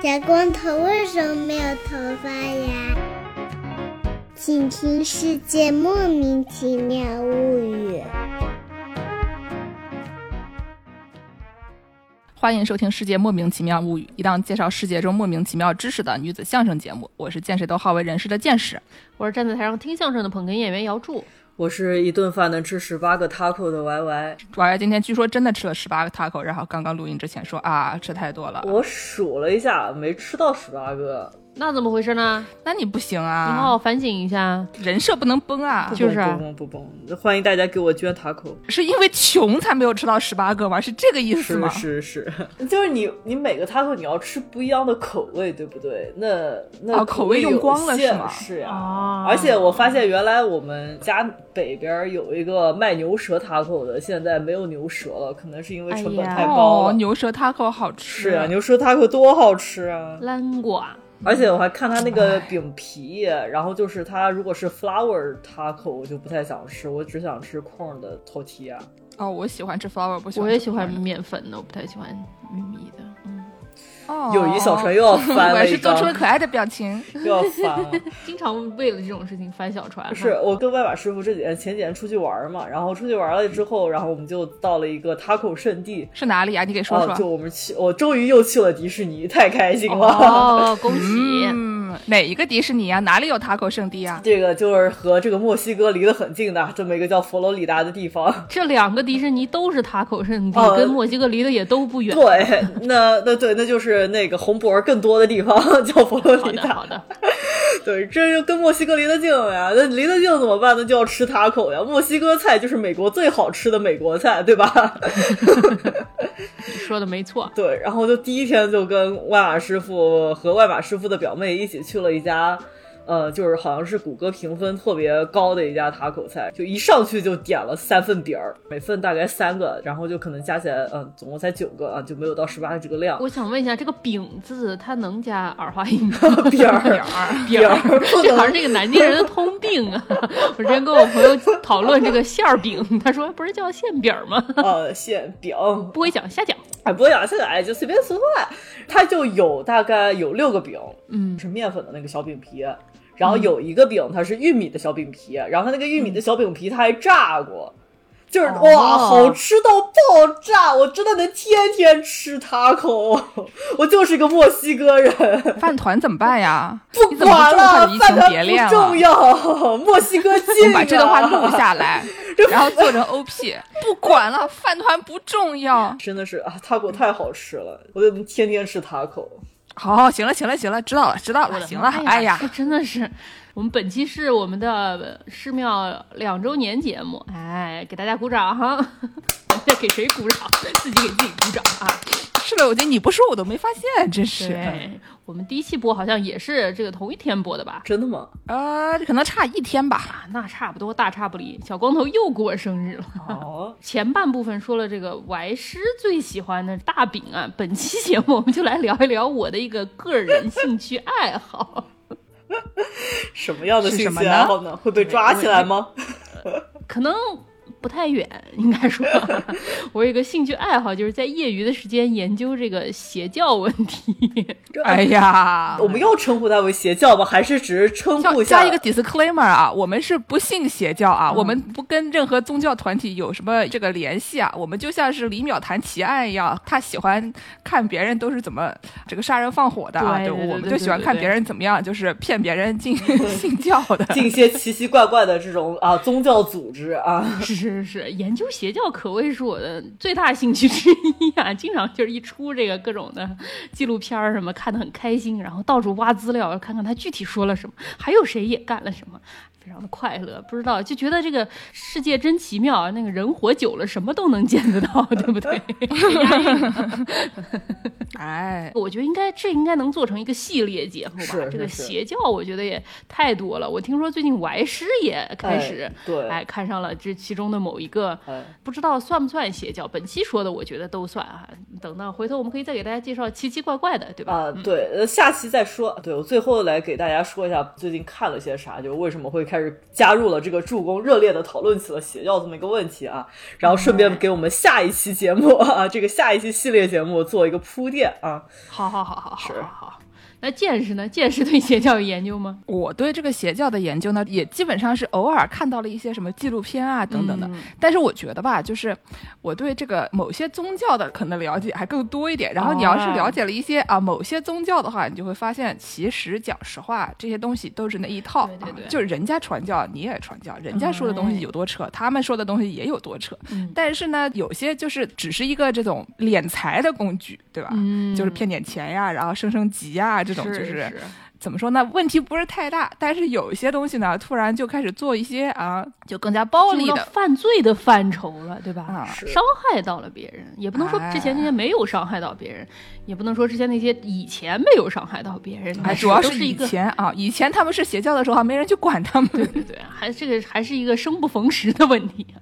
小光头为什么没有头发呀？请听《世界莫名其妙物语》。 欢迎收听《世界莫名其妙物语》，一档介绍世界中莫名其妙知识的女子相声节目。我是见谁都好为人师的见识， 我是站在台上听相声的捧哏演员姚柱， 我是一顿饭能吃18个 taco 的 YY。 YY 今天据说真的吃了18个 taco， 然后刚刚录音之前说啊，吃太多了。 我数了一下，没吃到18个。 那怎么回事呢？ 那你不行啊， 你好好反省一下， 人设不能崩啊。 就是不崩，欢迎大家给我捐taco。 是因为穷才没有吃到18个吗？是这个意思吗？ 是，就是你每个taco你要吃不一样的口味，对不对？那口味用光了是吗？ 是呀。而且我发现原来我们家北边有一个卖牛舌taco的，现在没有牛舌了，可能是因为成本太高了。 牛舌taco 好吃。 是啊，牛舌taco多好吃啊！ 蓝瓜。 而且我还看他那个饼皮，然后就是他如果是 flour taco 我就不太想吃，我只想吃 corn 的 tortilla。 哦，我喜欢吃 flour， 不喜欢吃。 我也喜欢面粉的，我不太喜欢玉米的。 友谊小船又要翻了， 我也是做出了可爱的表情， 又要翻了。 经常为了这种事情翻小船。 是我跟外马师傅前几天出去玩嘛，然后出去玩了之后，然后我们就到了一个 taco 圣地。 是哪里啊？你给说说。 就我终于又去了迪士尼，太开心了。 哦，恭喜。 哪一个迪士尼啊？哪里有 taco 圣地啊？ 这个就是和这个墨西哥离得很近的这么一个叫佛罗里达的地方。 这两个迪士尼都是 taco 圣地，跟墨西哥离得也都不远。 对，那就是那个红脖更多的地方叫佛罗里达。 好的。 对，这就跟墨西哥离得近呀，那离得近怎么办呢？就要吃taco呀。墨西哥菜就是美国最好吃的美国菜，对吧？ 你说的没错。 对，然后就第一天就跟外马师傅和外马师傅的表妹一起去了一家就是好像是谷歌评分特别高的一家taco菜，就一上去就点了3份饼，每份大概3个，然后就可能加起来总共才9个啊，就没有到18个这个量。 我想问一下，这个饼字它能加儿化音吗？ 饼儿， 这好像这个南京人的通病啊！我之前跟我朋友讨论这个馅儿饼，他说不是叫馅饼吗？ 馅饼， 不会讲瞎讲。 不会讲瞎讲，就随便说话。它就大概有6个饼，是面粉的那个小饼皮。然后有一个饼它是玉米的小饼皮，然后它那个玉米的小饼皮它还炸过，就是哇，好吃到爆炸！我真的能天天吃taco。我就是个墨西哥人。 饭团怎么办呀？ 不管了，饭团不重要。墨西哥近啊！ 我把这段话录下来，然后做成 OP。不管了，饭团不重要。 真的是啊，taco 太好吃了，我就天天吃taco。 好，行了，知道了，行了，哎呀， 这真的是，我们本期是我们的寺庙2周年节目，给大家鼓掌哈！在给谁鼓掌？自己给自己鼓掌啊！ 是的，你不说我都没发现，真是。 对，我们第一期播好像也是这个同一天播的吧？ 真的吗？ 可能差1天吧。 那差不多，大差不离。小光头又过生日了。前半部分说了这个Y师最喜欢的大饼啊，本期节目我们就来聊一聊我的一个个人兴趣爱好。 什么样的兴趣爱好呢？会被抓起来吗？ 可能不太远，应该说我有一个兴趣爱好，就是在业余的时间研究这个邪教问题。 哎呀， 我们要称呼它为邪教吗？还是只是称呼一下？ 加一个 disclaimer 啊，我们是不信邪教啊，我们不跟任何宗教团体有什么这个联系啊，我们就像是李淼谈奇案一样，他喜欢看别人都是怎么这个杀人放火的啊，对，我们就喜欢看别人怎么样，就是骗别人进信教的， 进一些奇奇怪怪的这种宗教组织啊。 是，研究邪教可谓是我的最大兴趣之一啊！经常就是一出这个各种的纪录片什么，看得很开心，然后到处挖资料，看看他具体说了什么，还有谁也干了什么，非常的快乐。不知道就觉得这个世界真奇妙，那个人活久了什么都能见得到，对不对？我觉得这应该能做成一个系列节目吧。这个邪教我觉得也太多了。我听说最近Y师也开始看上了这其中的某一个，不知道算不算邪教。本期说的我觉得都算啊。等到回头我们可以再给大家介绍奇奇怪怪的，对吧？ 对，下期再说。对，我最后来给大家说一下最近看了些啥，就为什么会开始加入了这个助攻，热烈的讨论起了邪教这么一个问题啊。然后顺便给我们下一期节目这个下一期系列节目做一个铺垫啊。 好。 那见识呢？见识对邪教有研究吗？ 我对这个邪教的研究呢，也基本上是偶尔看到了一些什么纪录片啊等等的。但是我觉得吧，就是我对这个某些宗教的可能了解还更多一点。然后你要是了解了一些某些宗教的话，你就会发现，其实讲实话，这些东西都是那一套。 对， 就是人家传教，你也传教，人家说的东西有多扯，他们说的东西也有多扯。但是呢，有些就是只是一个这种敛财的工具，对吧？就是骗点钱呀，然后升级呀，这种就是怎么说呢？问题不是太大，但是有一些东西呢，突然就开始做一些就更加暴力的犯罪的范畴了，对吧？伤害到了别人，也不能说之前那些没有伤害到别人，也不能说之前那些以前没有伤害到别人。 主要是以前以前他们是邪教的时候，还没人去管他们。 对，这个还是一个生不逢时的问题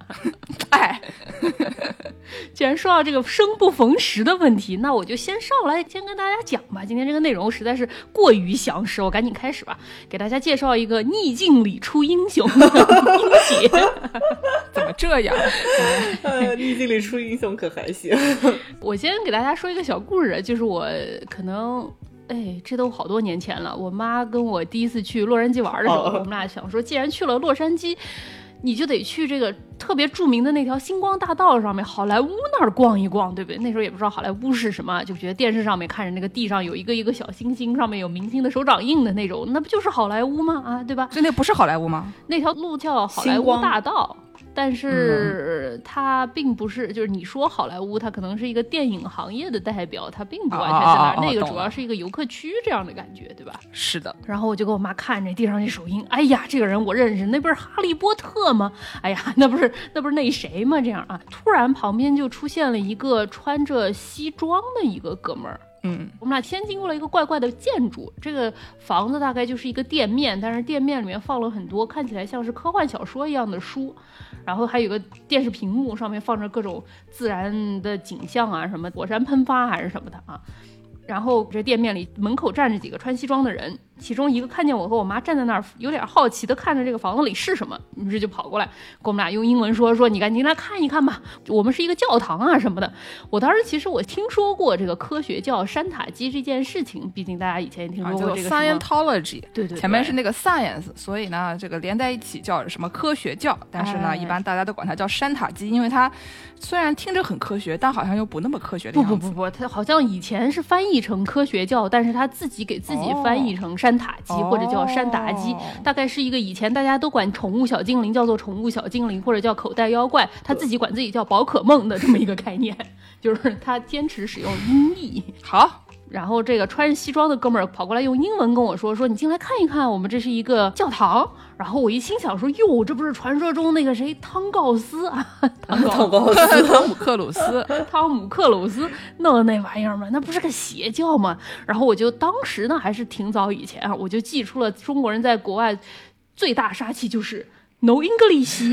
既然说到这个生不逢时的问题，那我就先上来先跟大家讲吧。今天这个内容实在是过于详实，我赶紧开始吧，给大家介绍一个逆境里出英雄的英姐。 怎么这样？ 逆境里出英雄可还行。 我先给大家说一个小故事，就是我可能这都好多年前了。我妈跟我第一次去洛杉矶玩的时候，我们俩想说，既然去了洛杉矶，你就得去这个特别著名的那条星光大道上面，好莱坞那儿逛一逛，对不对？那时候也不知道好莱坞是什么，就觉得电视上面看着那个地上有一个一个小星星，上面有明星的手掌印的那种，那不就是好莱坞吗？对吧？ 所以那不是好莱坞吗？ 那条路叫好莱坞大道。但是它并不是，就是你说好莱坞，它可能是一个电影行业的代表，它并不完全在那儿，那个主要是一个游客区这样的感觉，对吧？ 是的。 然后我就跟我妈看着地上那手印，哎呀，这个人我认识，那不是哈利波特吗？哎呀，那不是那谁吗？这样突然旁边就出现了一个穿着西装的一个哥们儿。我们俩先经过了一个怪怪的建筑，这个房子大概就是一个店面，但是店面里面放了很多看起来像是科幻小说一样的书，然后还有个电视屏幕，上面放着各种自然的景象啊，什么火山喷发还是什么的然后这店面里门口站着几个穿西装的人，其中一个看见我和我妈站在那儿，有点好奇的看着这个房子里是什么，于是就跑过来跟我们俩用英文说你赶紧来看一看吧，我们是一个教堂啊什么的。我当时其实我听说过这个科学教山塔基这件事情，毕竟大家以前也听说过这个 Scientology， 对， 前面是那个 science， 所以呢这个连在一起叫什么科学教，但是呢一般大家都管它叫山塔基，因为它虽然听着很科学，但好像又不那么科学的样子。 不，它好像以前是翻译成科学教，但是他自己给自己翻译成山塔基，或者叫山达基，大概是一个以前大家都管宠物小精灵叫做宠物小精灵，或者叫口袋妖怪，他自己管自己叫宝可梦的这么一个概念，就是他坚持使用音译。 好。 然后这个穿西装的哥们儿跑过来用英文跟我说你进来看一看，我们这是一个教堂。然后我一心想说，哟，这不是传说中那个谁汤告斯汤姆克鲁斯弄的那玩意儿吗？那不是个邪教吗？然后我就当时呢还是挺早以前我就记出了中国人在国外最大杀器就是 No English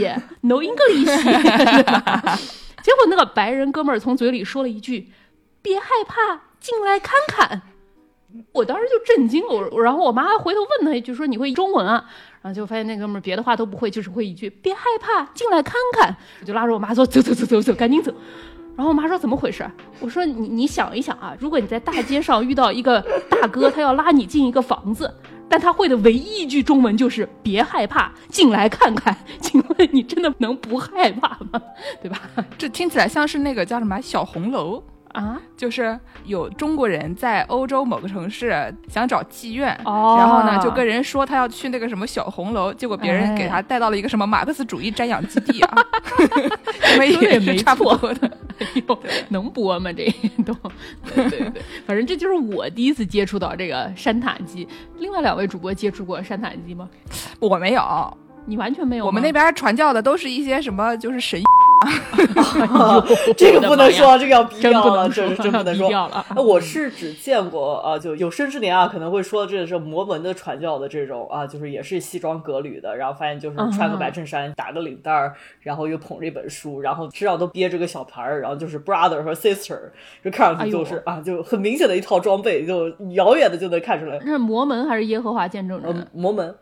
结果那个白人哥们儿从嘴里说了一句别害怕，进来看看。我当时就震惊了，然后我妈回头问他一句说你会中文啊？然后就发现那哥们儿别的话都不会，就是会一句别害怕，进来看看。我就拉着我妈说走，赶紧走。然后我妈说怎么回事？我说你想一想如果你在大街上遇到一个大哥，他要拉你进一个房子，但他会的唯一一句中文就是别害怕，进来看看，请问你真的能不害怕吗？对吧？ 这听起来像是那个叫什么小红楼就是有中国人在欧洲某个城市想找妓院，然后呢就跟人说他要去那个什么小红楼，结果别人给他带到了一个什么马克思主义瞻仰基地因为也没差不多的。 能播吗？这都对，反正这就是我第一次接触到这个山塔基。另外2位主播接触过山塔基吗？ 我没有。 你完全没有吗？ 我们那边传教的都是一些什么就是神这个不能说，这个要逼掉了，这是真不能说了。 我是只见过就有生之年可能会说这是摩门的传教的这种就是也是西装革履的，然后发现就是穿个白衬衫，打个领带，然后又捧着一本书，然后身上都憋着个小牌，然后就是 brother 和 sister， 就看上去就是就很明显的一套装备，就遥远的就能看出来。 那是摩门还是耶和华见证人？ 摩门。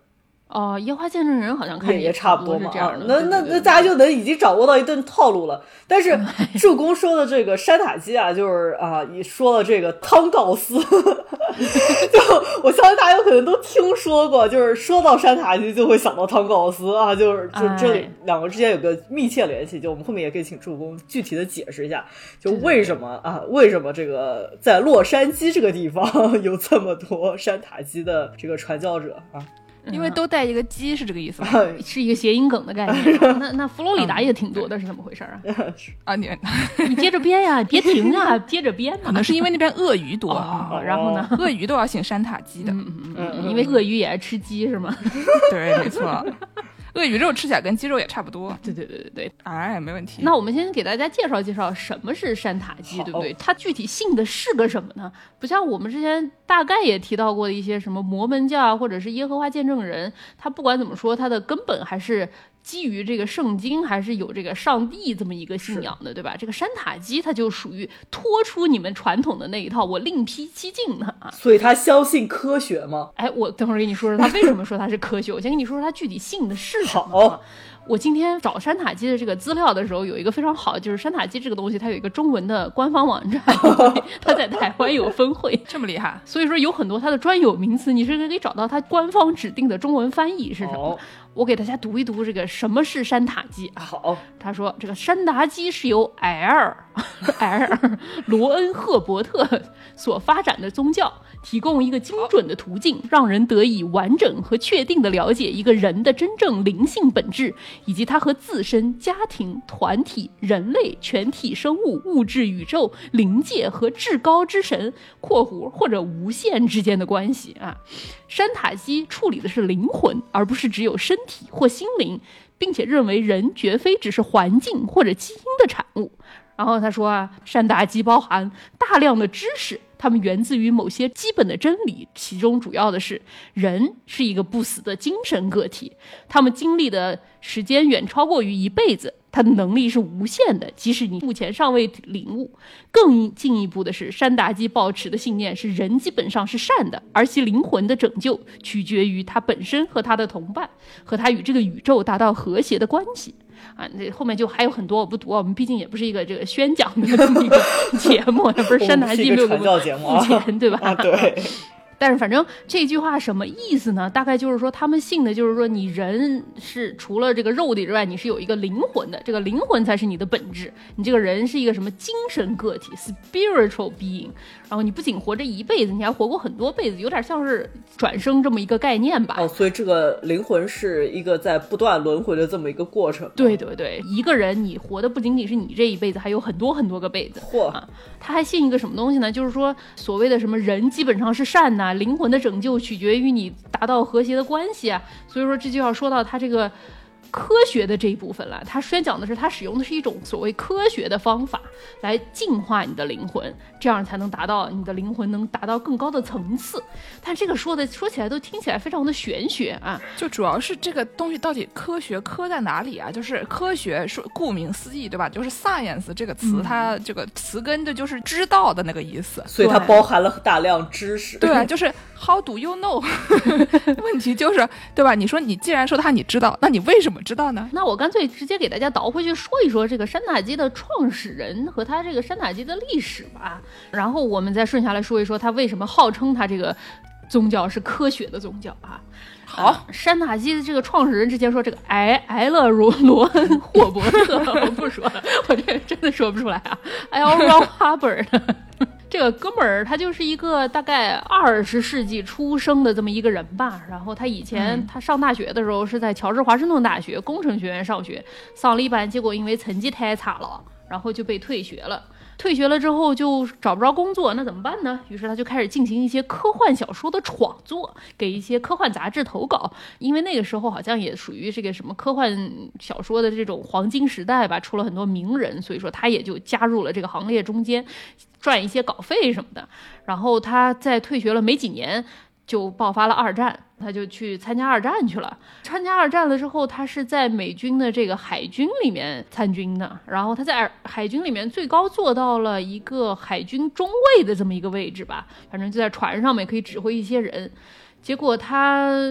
哦，烟花见证人好像看也差不多嘛， 是这样的。 那大家就能已经掌握到一顿套路了。但是助攻说的这个山塔基啊，就是啊，你说了这个汤告斯，就我相信大家有可能都听说过，就是说到山塔基就会想到汤告斯啊，就这两个之间有个密切联系。就我们后面也可以请助攻具体的解释一下，就为什么啊，为什么这个在洛杉矶这个地方有这么多山塔基的这个传教者啊？ 因为都带一个鸡，是这个意思吗？ 是一个谐音梗的概念。那佛罗里达也挺多的，是怎么回事啊？ 啊，你接着编呀，别停啊，接着编。 可能是因为那边鳄鱼多， 然后呢， 鳄鱼都要姓山塔基的， 因为鳄鱼也爱吃鸡是吗？ 对，没错。鳄鱼肉吃起来跟鸡肉也差不多。 对， 哎，没问题。 那我们先给大家介绍介绍什么是山塔基，对不对？它具体信的是个什么呢？不像我们之前大概也提到过的一些什么摩门教或者是耶和华见证人，它不管怎么说，它的根本还是基于这个圣经，还是有这个上帝这么一个信仰的，对吧？这个山塔基它就属于脱出你们传统的那一套，我另辟蹊径的啊。 所以他相信科学吗？ 哎，我等会儿跟你说说他为什么说他是科学。我先跟你说说他具体信的是什么。好，我今天找山塔基的这个资料的时候，有一个非常好，就是山塔基这个东西，它有一个中文的官方网站，它在台湾有分会， 这么厉害。 所以说有很多它的专有名词，你是可以找到它官方指定的中文翻译是什么。我给大家读一读这个什么是山塔基。 好， 他说这个山塔基是由埃尔罗恩赫伯特所发展的宗教，提供一个精准的途径，让人得以完整和确定的了解一个人的真正灵性本质，以及他和自身、家庭、团体、人类、全体生物、物质、宇宙、灵界和至高之神（括弧或者无限）之间的关系啊。山塔基处理的是灵魂，而不是只有身体或心灵，并且认为人绝非只是环境或者基因的产物。然后他说啊，山塔基包含大量的知识，它们源自于某些基本的真理，其中主要的是人是一个不死的精神个体，他们经历的时间远超过于一辈子，他的能力是无限的，即使你目前尚未领悟。更进一步的是，山达基抱持的信念是人基本上是善的，而其灵魂的拯救取决于他本身和他的同伴，和他与这个宇宙达到和谐的关系。啊，这后面就还有很多我不读，我们毕竟也不是一个这个宣讲的这么一个节目，也不是山达基没有传教节目付钱，对吧？ 啊，对。 但是反正这句话什么意思呢？大概就是说他们信的就是说你人是除了这个肉体之外，你是有一个灵魂的，这个灵魂才是你的本质，你这个人是一个什么精神个体 spiritual being， 然后你不仅活着一辈子，你还活过很多辈子，有点像是转生这么一个概念吧。 哦，所以这个灵魂是一个在不断轮回的这么一个过程。 对，一个人你活的不仅仅是你这一辈子，还有很多很多个辈子。啊，他还信一个什么东西呢？就是说所谓的什么人基本上是善的，灵魂的拯救取决于你达到和谐的关系啊，所以说这就要说到他这个科学的这一部分了。他宣讲的是他使用的是一种所谓科学的方法来净化你的灵魂，这样才能达到你的灵魂能达到更高的层次。但这个说起来都听起来非常的玄学啊， 就主要是这个东西到底科学科在哪里啊？就是科学说顾名思义，对吧？就是 science 这个词，它这个词根的就是知道的那个意思， 所以它包含了大量知识。 对，就是 how do you know 问题就是对吧？你说你既然说它你知道，那你为什么知道呢？ 那我干脆直接给大家倒回去说一说这个山塔基的创始人和他这个山塔基的历史吧，然后我们再顺下来说一说他为什么号称他这个宗教是科学的宗教啊。好，山塔基的这个创始人之前说这个埃勒罗恩霍伯特，我不说了，我这个真的说不出来啊。L. Ron Hubbard 这个哥们儿他就是一个大概20世纪出生的这么一个人吧，然后他以前他上大学的时候是在乔治华盛顿大学工程学院上学，上了一班，结果因为成绩太差了，然后就被退学了。退学了之后就找不着工作，那怎么办呢？于是他就开始进行一些科幻小说的创作，给一些科幻杂志投稿。因为那个时候好像也属于这个什么科幻小说的这种黄金时代吧，出了很多名人，所以说他也就加入了这个行列中间，赚一些稿费什么的。然后他在退学了没几年就爆发了二战，他就去参加二战去了。参加二战了之后，他是在美军的这个海军里面参军的，然后他在海军里面最高做到了一个海军中尉的这么一个位置吧，反正就在船上面可以指挥一些人。结果他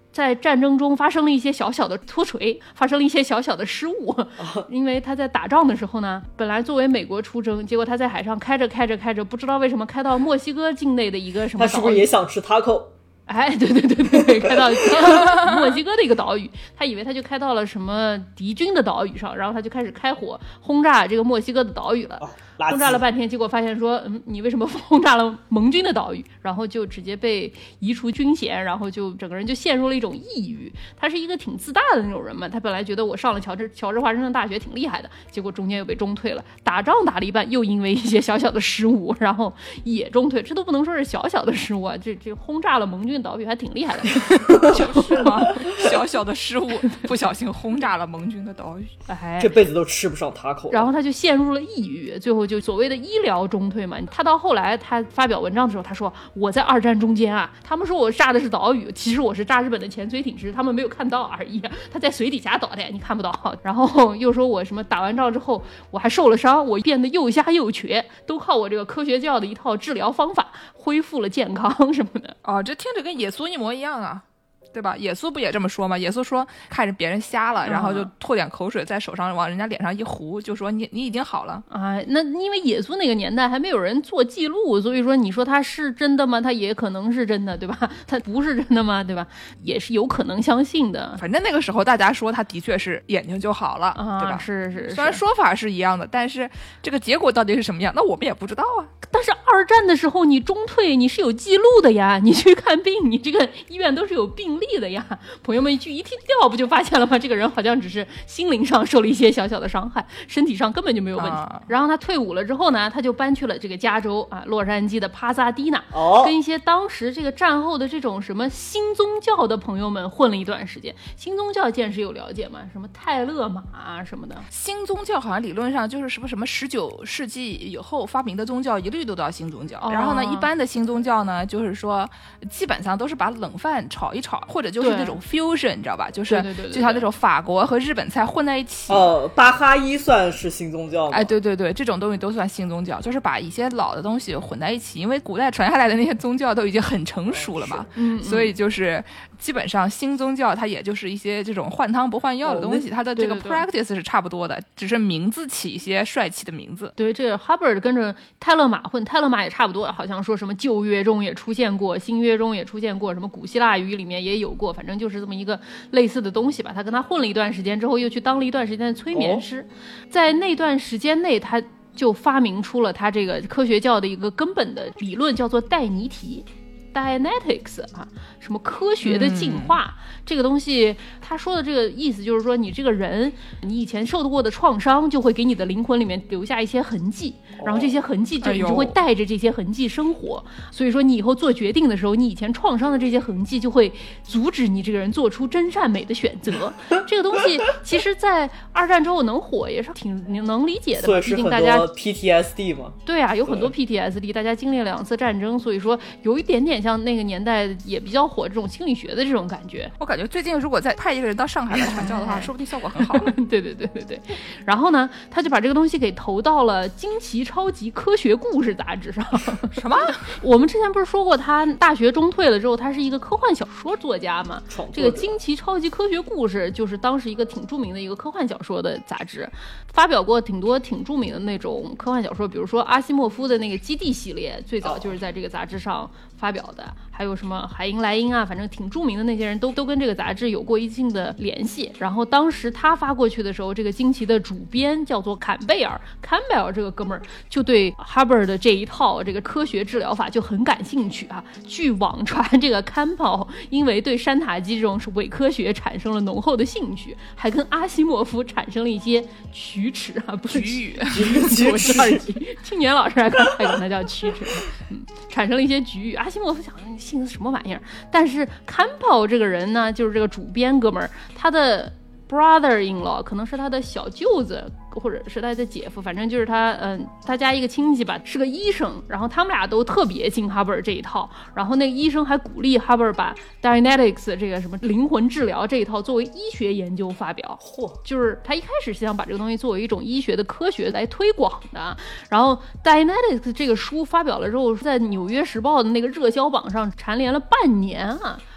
在战争中发生了一些小小的脱垂，发生了一些小小的失误。因为他在打仗的时候呢，本来作为美国出征，结果他在海上开着，不知道为什么开到墨西哥境内的一个什么岛屿。 他是不是也想吃 taco？ 哎，对，开到墨西哥的一个岛屿，他以为他就开到了什么敌军的岛屿上，然后他就开始开火轰炸这个墨西哥的岛屿了。轰炸了半天，结果发现说，你为什么轰炸了盟军的岛屿？然后就直接被移除军衔，然后就整个人就陷入了一种抑郁。他是一个挺自大的那种人嘛，他本来觉得我上了乔治华盛顿大学挺厉害的，结果中间又被中退了，打仗打了一半，又因为一些小小的失误，然后也中退。这都不能说是小小的失误啊，这轰炸了盟军岛屿还挺厉害的， 就是吗？小小的失误，不小心轰炸了盟军的岛屿， 哎， 这辈子都吃不上taco。 然后他就陷入了抑郁，最后就所谓的医疗中退嘛。他到后来他发表文章的时候，他说我在二战中间啊，他们说我炸的是岛屿，其实我是炸日本的潜水艇，只是他们没有看到而已，他在水底下导弹，你看不到。然后又说我什么打完仗之后我还受了伤，我变得又瞎又瘸，都靠我这个科学教的一套治疗方法恢复了健康什么的。 哦，这听着跟耶稣一模一样啊，对吧？耶稣不也这么说吗？耶稣说看着别人瞎了，然后就吐点口水在手上往人家脸上一糊，就说你已经好了啊。那因为耶稣那个年代还没有人做记录，所以说你说他是真的吗？他也可能是真的，对吧？他不是真的吗？对吧？也是有可能相信的。 反正那个时候大家说他的确是眼睛就好了， 啊， 对吧？ 是。 虽然说法是一样的，但是这个结果到底是什么样，那我们也不知道啊。 但是二战的时候你中退你是有记录的呀，你去看病，你这个医院都是有病历的呀。朋友们一听调不就发现了吗？这个人好像只是心灵上受了一些小小的伤害，身体上根本就没有问题。然后他退伍了之后呢，他就搬去了这个加州啊，洛杉矶的帕萨迪纳，跟一些当时这个战后的这种什么新宗教的朋友们混了一段时间。新宗教见识有了解吗？什么泰勒玛啊什么的。 新宗教好像理论上就是什么19世纪以后发明的宗教一律都叫新宗教。然后呢，一般的新宗教呢，就是说基本上都是把冷饭炒一炒，或者就是那种 fusion， 你知道吧？就是就像那种法国和日本菜混在一起。 巴哈伊算是新宗教吗？ 哎，对，这种东西都算新宗教，就是把一些老的东西混在一起，因为古代传下来的那些宗教都已经很成熟了嘛，所以就是基本上新宗教它也就是一些这种换汤不换药的东西，它的这个 practice 是差不多的，只是名字起一些帅气的名字。 对，这个 Hubbard 跟着泰勒玛混，泰勒玛也差不多，好像说什么旧约中也出现过，新约中也出现过，什么古希腊语里面也有过，反正就是这么一个类似的东西吧。他跟他混了一段时间之后，又去当了一段时间的催眠师，在那段时间内他就发明出了他这个科学教的一个根本的理论，叫做戴尼提 Dianetics 啊，什么科学的进化，这个东西他说的这个意思就是说，你这个人你以前受过的创伤就会给你的灵魂里面留下一些痕迹，然后这些痕迹你就会带着这些痕迹生活，所以说你以后做决定的时候，你以前创伤的这些痕迹就会阻止你这个人做出真善美的选择。这个东西其实在二战之后能火也是挺能理解的， 所以是毕竟大家 PTSD 嘛。 对啊，有很多 PTSD， 大家经历了2次战争，所以说有一点点像那个年代也比较火这种心理学的这种感觉。 我感觉最近如果再派一个人到上海来传教的话，说不定效果很好。 对。然后呢，他就把这个东西给投到了《惊奇超级科学故事》杂志上。 什么？ 我们之前不是说过，他大学中退了之后，他是一个科幻小说作家嘛？这个《惊奇超级科学故事》就是当时一个挺著名的一个科幻小说的杂志，发表过挺多挺著名的那种科幻小说，比如说阿西莫夫的那个《基地》系列，最早就是在这个杂志上发表的，还有什么海因莱因啊，反正挺著名的那些人都跟这个杂志有过一定的联系。然后当时他发过去的时候，这个惊奇的主编叫做坎贝尔这个哥们儿就对 Hubbard 的这一套这个科学治疗法就很感兴趣啊。据网传，这个坎宝因为对山塔基这种伪科学产生了浓厚的兴趣，还跟阿西莫夫产生了一些龋齿啊，不是龋龉。青年老师还管他叫龋齿，产生了一些龋。阿西莫夫想信的什么玩意儿？但是坎宝这个人呢，就是这个主编哥们儿，他的 brother-in-law 可能是他的小舅子，或者是他的姐夫，反正就是他家一个亲戚吧，是个医生。然后他们俩都特别信 Hubbard 这一套，然后那个医生还鼓励 Hubbard 把 Dianetics 这个什么灵魂治疗这一套作为医学研究发表。就是他一开始是想把这个东西作为一种医学的科学来推广的。然后 Dianetics 这个书发表了之后，在纽约时报的那个热销榜上蝉联了半年啊。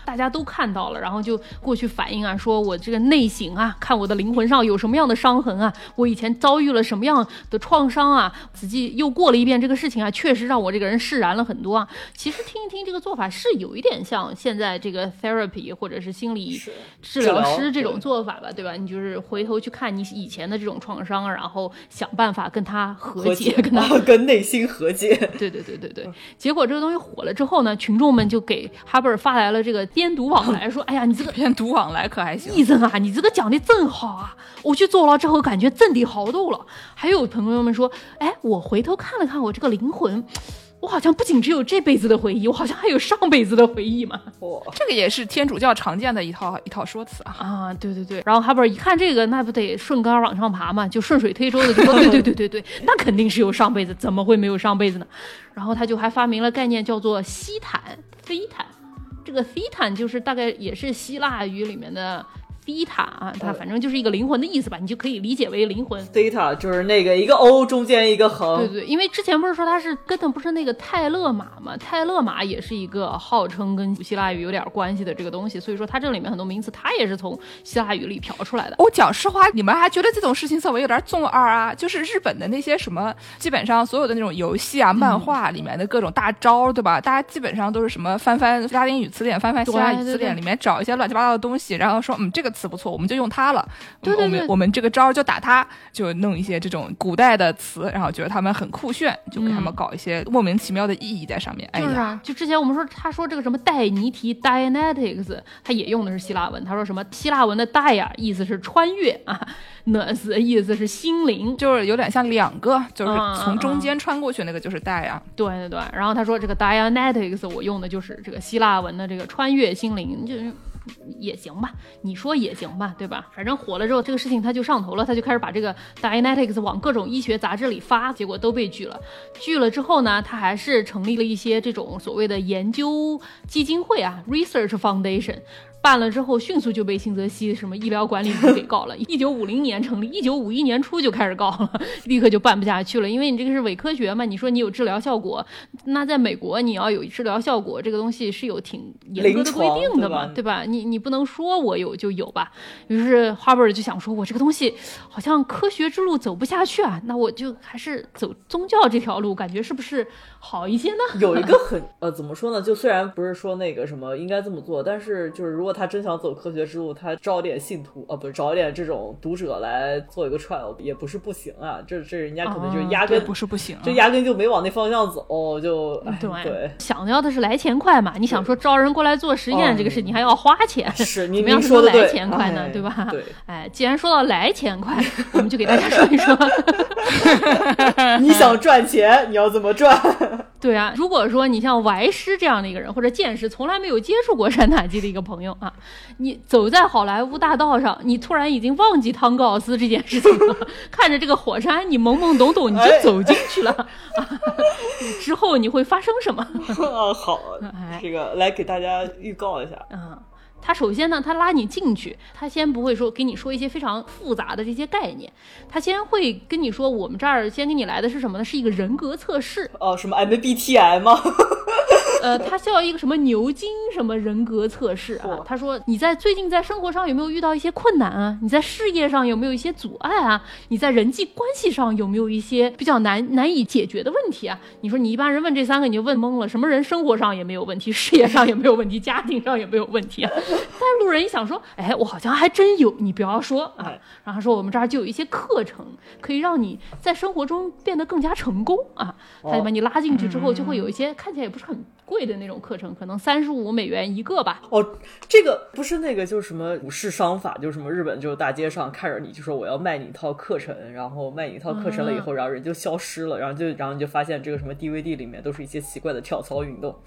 大家都看到了，然后就过去反映啊，说我这个内省啊，看我的灵魂上有什么样的伤痕啊，我以前遭遇了什么样的创伤啊，仔细又过了一遍这个事情啊，确实让我这个人释然了很多啊。其实听一听这个做法是有一点像现在这个 therapy 或者是心理治疗师这种做法吧，对吧？你就是回头去看你以前的这种创伤，然后想办法跟他和解， 跟内心和解。 对。结果这个东西火了之后呢，群众们就给哈贝尔发来了这个编读往来，说：“哎呀，你这个编读往来可还行， 医生啊，你这个讲的真好啊！我去做了之后，感觉真的好多了。”还有朋友们说：“哎，我回头看了看我这个灵魂。”我好像不仅只有这辈子的回忆，我好像还有上辈子的回忆嘛。 这个也是天主教常见的一套说辞啊。 对。然后哈贝尔一看这个，那不得顺杆往上爬嘛，就顺水推舟的就说对，那肯定是有上辈子，怎么会没有上辈子呢？然后他就还发明了概念叫做西坦、菲坦。这个西坦就是大概也是希腊语里面的theta 啊，它反正就是一个灵魂的意思吧，你就可以理解为灵魂。 theta 就是那个一个 O 中间一个横。 对，因为之前不是说它是跟的不是那个泰勒马嘛，泰勒马也是一个号称跟希腊语有点关系的这个东西，所以说它这里面很多名词它也是从希腊语里嫖出来的。 我讲实话，你们还觉得这种事情稍微有点中二啊？就是日本的那些什么，基本上所有的那种游戏啊、漫画里面的各种大招，对吧？大家基本上都是什么翻拉丁语词典、翻希腊语词典里面找一些乱七八糟的东西，然后说这个词不错，我们就用它了。 对， 我们这个招就打它，就弄一些这种古代的词，然后觉得他们很酷炫，就给他们搞一些莫名其妙的意义在上面。 就是啊，就之前我们说他说这个什么戴尼提 Dianetics， 他也用的是希腊文，他说什么希腊文的戴呀意思是穿越啊，nes 意思是心灵， 就是有点像两个，就是从中间穿过去那个就是戴啊。 对，然后他说这个 Dianetics 我用的就是这个希腊文的这个穿越心灵，就是也行吧，你说也行吧，对吧？反正火了之后，这个事情他就上头了，他就开始把这个 Dianetics 往各种医学杂志里发，结果都被拒了。拒了之后呢，他还是成立了一些这种所谓的研究基金会啊 ，Research Foundation。办了之后，迅速就被新泽西什么医疗管理局给告了。1950年成立，1951年初就开始告了，立刻就办不下去了。因为你这个是伪科学嘛，你说你有治疗效果，那在美国你要有治疗效果，这个东西是有挺严格的规定的嘛，对吧？你不能说我有就有吧。于是哈贝尔就想说，我这个东西好像科学之路走不下去啊，那我就还是走宗教这条路，感觉是不是好一些呢？ 有一个很怎么说呢？就虽然不是说那个什么应该这么做，但是就是如果他真想走科学之路，他招点信徒不是招点这种读者来做一个 trial 也不是不行啊。这人家可能就是压根不是不行， 这压根就没往那方向走，就对， 想要的是来钱快嘛。你想说招人过来做实验这个事，你还要花钱， 是怎么样说的来钱快呢？对吧？ 对， 既然说到来钱快，我们就给大家说一说， 你想赚钱，你要怎么赚？ 对啊，如果说你像歪师这样的一个人，或者见识从来没有接触过山塔基的一个朋友啊，你走在好莱坞大道上，你突然已经忘记汤高斯这件事情了，看着这个火山，你懵懵懂懂你就走进去了，之后你会发生什么？ 好，这个来给大家预告一下。 他首先呢，他拉你进去，他先不会说给你说一些非常复杂的这些概念，他先会跟你说，我们这儿先给你来的是什么呢？是一个人格测试。 什么 MBTI 吗？ 他叫一个什么牛津什么人格测试啊？他说你最近在生活上有没有遇到一些困难啊？你在事业上有没有一些阻碍啊？你在人际关系上有没有一些比较难以解决的问题啊？你说你一般人问这三个你就问懵了，什么人生活上也没有问题，事业上也没有问题，家庭上也没有问题啊？但路人一想说，我好像还真有，你不要说啊。然后他说我们这儿就有一些课程可以让你在生活中变得更加成功啊。他就把你拉进去之后，就会有一些看起来也不是很贵的那种课程，可能$35一个吧。 这个不是那个就是什么武士商法，就是什么日本就是大街上看着你就说我要卖你一套课程，然后卖你一套课程了以后，然后人就消失了，然后你就发现这个什么 DVD 里面都是一些奇怪的跳操运动。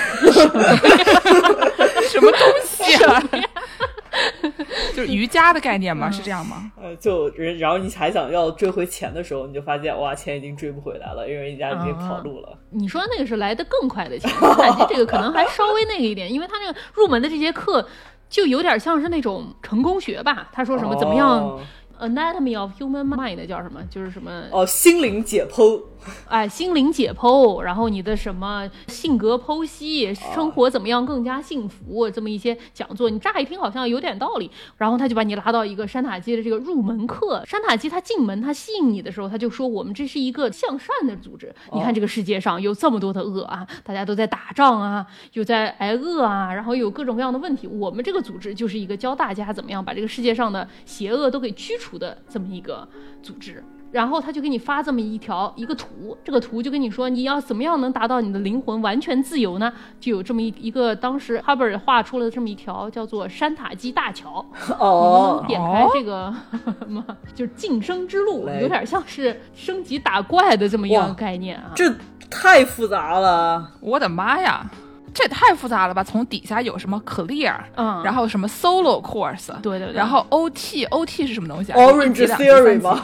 什么东西啊？就是瑜伽的概念吗？是这样吗？ 然后你还想要追回钱的时候，你就发现哇，钱已经追不回来了，因为人家已经跑路了。 你说那个是来得更快的钱，这个可能还稍微那个一点，因为他那个入门的这节课就有点像是那种成功学吧。他说什么怎么样 Anatomy of Human Mind 叫什么？就是什么心灵解剖。 心灵解剖，然后你的什么性格剖析，生活怎么样更加幸福，这么一些讲座，你乍一听好像有点道理，然后他就把你拉到一个山塔基的这个入门课。山塔基他进门，他吸引你的时候，他就说我们这是一个向善的组织。你看这个世界上有这么多的恶啊，大家都在打仗啊，又在挨饿啊，然后有各种各样的问题，我们这个组织就是一个教大家怎么样把这个世界上的邪恶都给驱除的这么一个组织。然后他就给你发这么一个图，这个图就跟你说你要怎么样能达到你的灵魂完全自由呢？就有这么一个当时哈贝尔画出了这么一条叫做山塔基大桥。你们点开这个就是晋升之路，有点像是升级打怪的这么一个概念啊。 这太复杂了， 我的妈呀！这也太复杂了吧！从底下有什么 clear， 然后什么 solo course， 对， 然后 OT 是什么东西啊 ？Orange Theory 吗？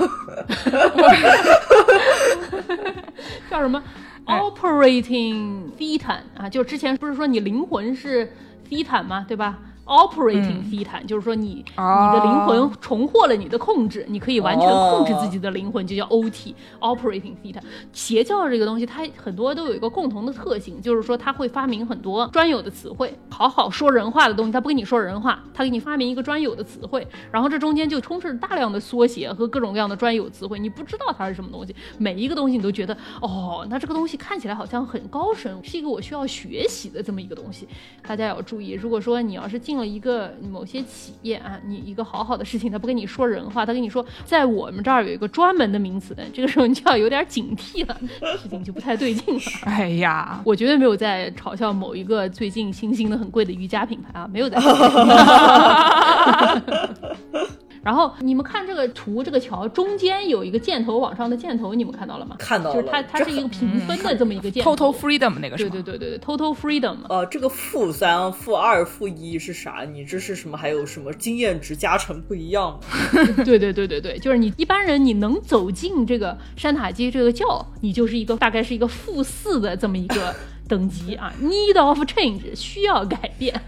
叫什么 Operating Thetan 啊？就之前不是说你灵魂是 Thetan 吗？对吧？Operating Thetan，就是说你的灵魂重获了你的控制，你可以完全控制自己的灵魂，就叫 OT Operating Thetan。邪教这个东西，它很多都有一个共同的特性，就是说它会发明很多专有的词汇，好好说人话的东西，它不跟你说人话，它给你发明一个专有的词汇，然后这中间就充斥大量的缩写和各种各样的专有词汇，你不知道它是什么东西，每一个东西你都觉得那这个东西看起来好像很高深，是一个我需要学习的这么一个东西。大家要注意，如果说你要是进了一个某些企业啊，你一个好好的事情，他不跟你说人话，他跟你说在我们这儿有一个专门的名词，这个时候你就要有点警惕了，事情就不太对劲了。 哎呀， 我绝对没有在嘲笑某一个最近新兴的很贵的瑜伽品牌啊，没有在然后你们看这个图，这个桥中间有一个箭头往上的箭头，你们看到了吗？ 看到了， 就是它是一个评分的这么一个箭头。 Total Freedom 那个是吗？ 对 Total Freedom。 这个-3、-2、-1是啥？你这是什么？还有什么经验值加成不一样吗？ 对，就是你一般人你能走进这个山塔基这个教，你就是一个大概是一个-4的这么一个等级啊 ，need of change 需要改变，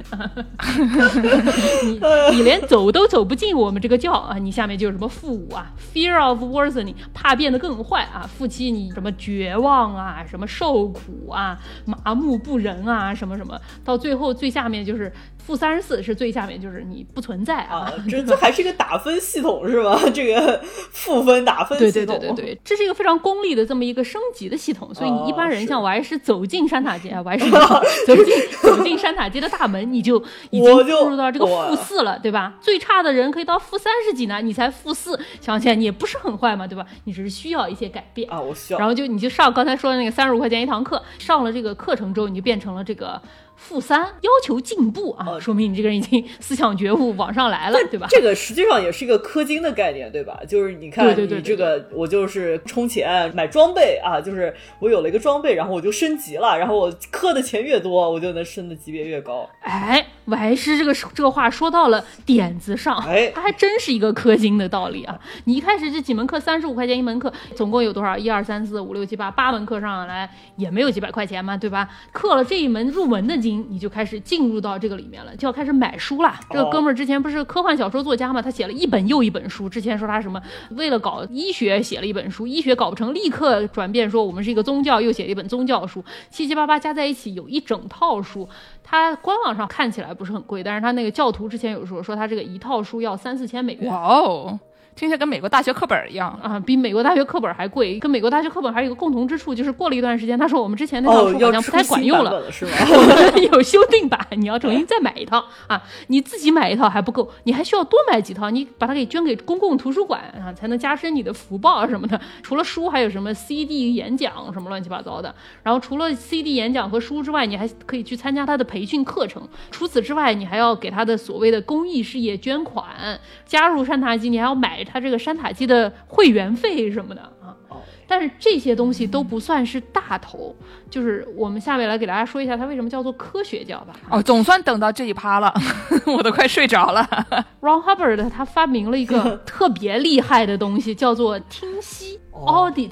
你连走都走不进我们这个教啊，你下面就有什么-5啊 ，fear of worsening 怕变得更坏啊，-7你什么绝望啊，什么受苦啊，麻木不仁啊，什么什么，到最后最下面就是-34是最下面，就是你不存在啊。 这还是一个打分系统是吧？这个负分打分系统， 对，这是一个非常功利的这么一个升级的系统，所以你一般人像我还是走进山塔街，我还是走进山塔街的大门，你就已经步入到这个-4了，对吧？最差的人可以到-30几呢，你才-4，想起来你也不是很坏嘛，对吧？你只是需要一些改变啊，我需要。 然后你就上刚才说的那个35块钱一堂课，上了这个课程之后，你就变成了这个-3，要求进步啊，说明你这个人已经思想觉悟往上来了，对吧？ 这个实际上也是一个氪金的概念，对吧？就是你看， 对你这个我就是充钱买装备啊，就是我有了一个装备，然后我就升级了，然后我氪的钱越多，我就能升的级别越高。 哎，歪师这个话说到了点子上，它还真是一个氪金的道理啊！你一开始这几门课35块钱一门课，总共有多少？1、2、3、4、5、6、7、8门课上来也没有几百块钱嘛，对吧？氪了这一门入门的金，你就开始进入到这个里面了，就要开始买书了。这个哥们儿之前不是科幻小说作家嘛，他写了一本又一本书。之前说他什么为了搞医学写了一本书，医学搞不成立刻转变说我们是一个宗教，又写了一本宗教书，七七八八加在一起有一整套书。他官网上看起来不是很贵，但是他那个教徒之前有说他这个一套书要3、4千美元。 哇哦，听起来跟美国大学课本一样啊，比美国大学课本还贵。跟美国大学课本还有一个共同之处，就是过了一段时间，他说我们之前那套书好像不太管用了， 是吧？ 我们有修订版，你要重新再买一套啊！你自己买一套还不够，你还需要多买几套，你把它给捐给公共图书馆啊，才能加深你的福报什么的。除了书，还有什么 CD 演讲什么乱七八糟的。然后除了 CD 演讲和书之外，你还可以去参加他的培训课程。除此之外，你还要给他的所谓的公益事业捐款，加入山塔基，你还要买他这个山塔基的会员费什么的啊。但是这些东西都不算是大头，就是我们下面来给大家说一下它为什么叫做科学教吧。 总算等到这一趴了，我都快睡着了。 Ron Hubbard 他发明了一个特别厉害的东西，叫做听析 auditing。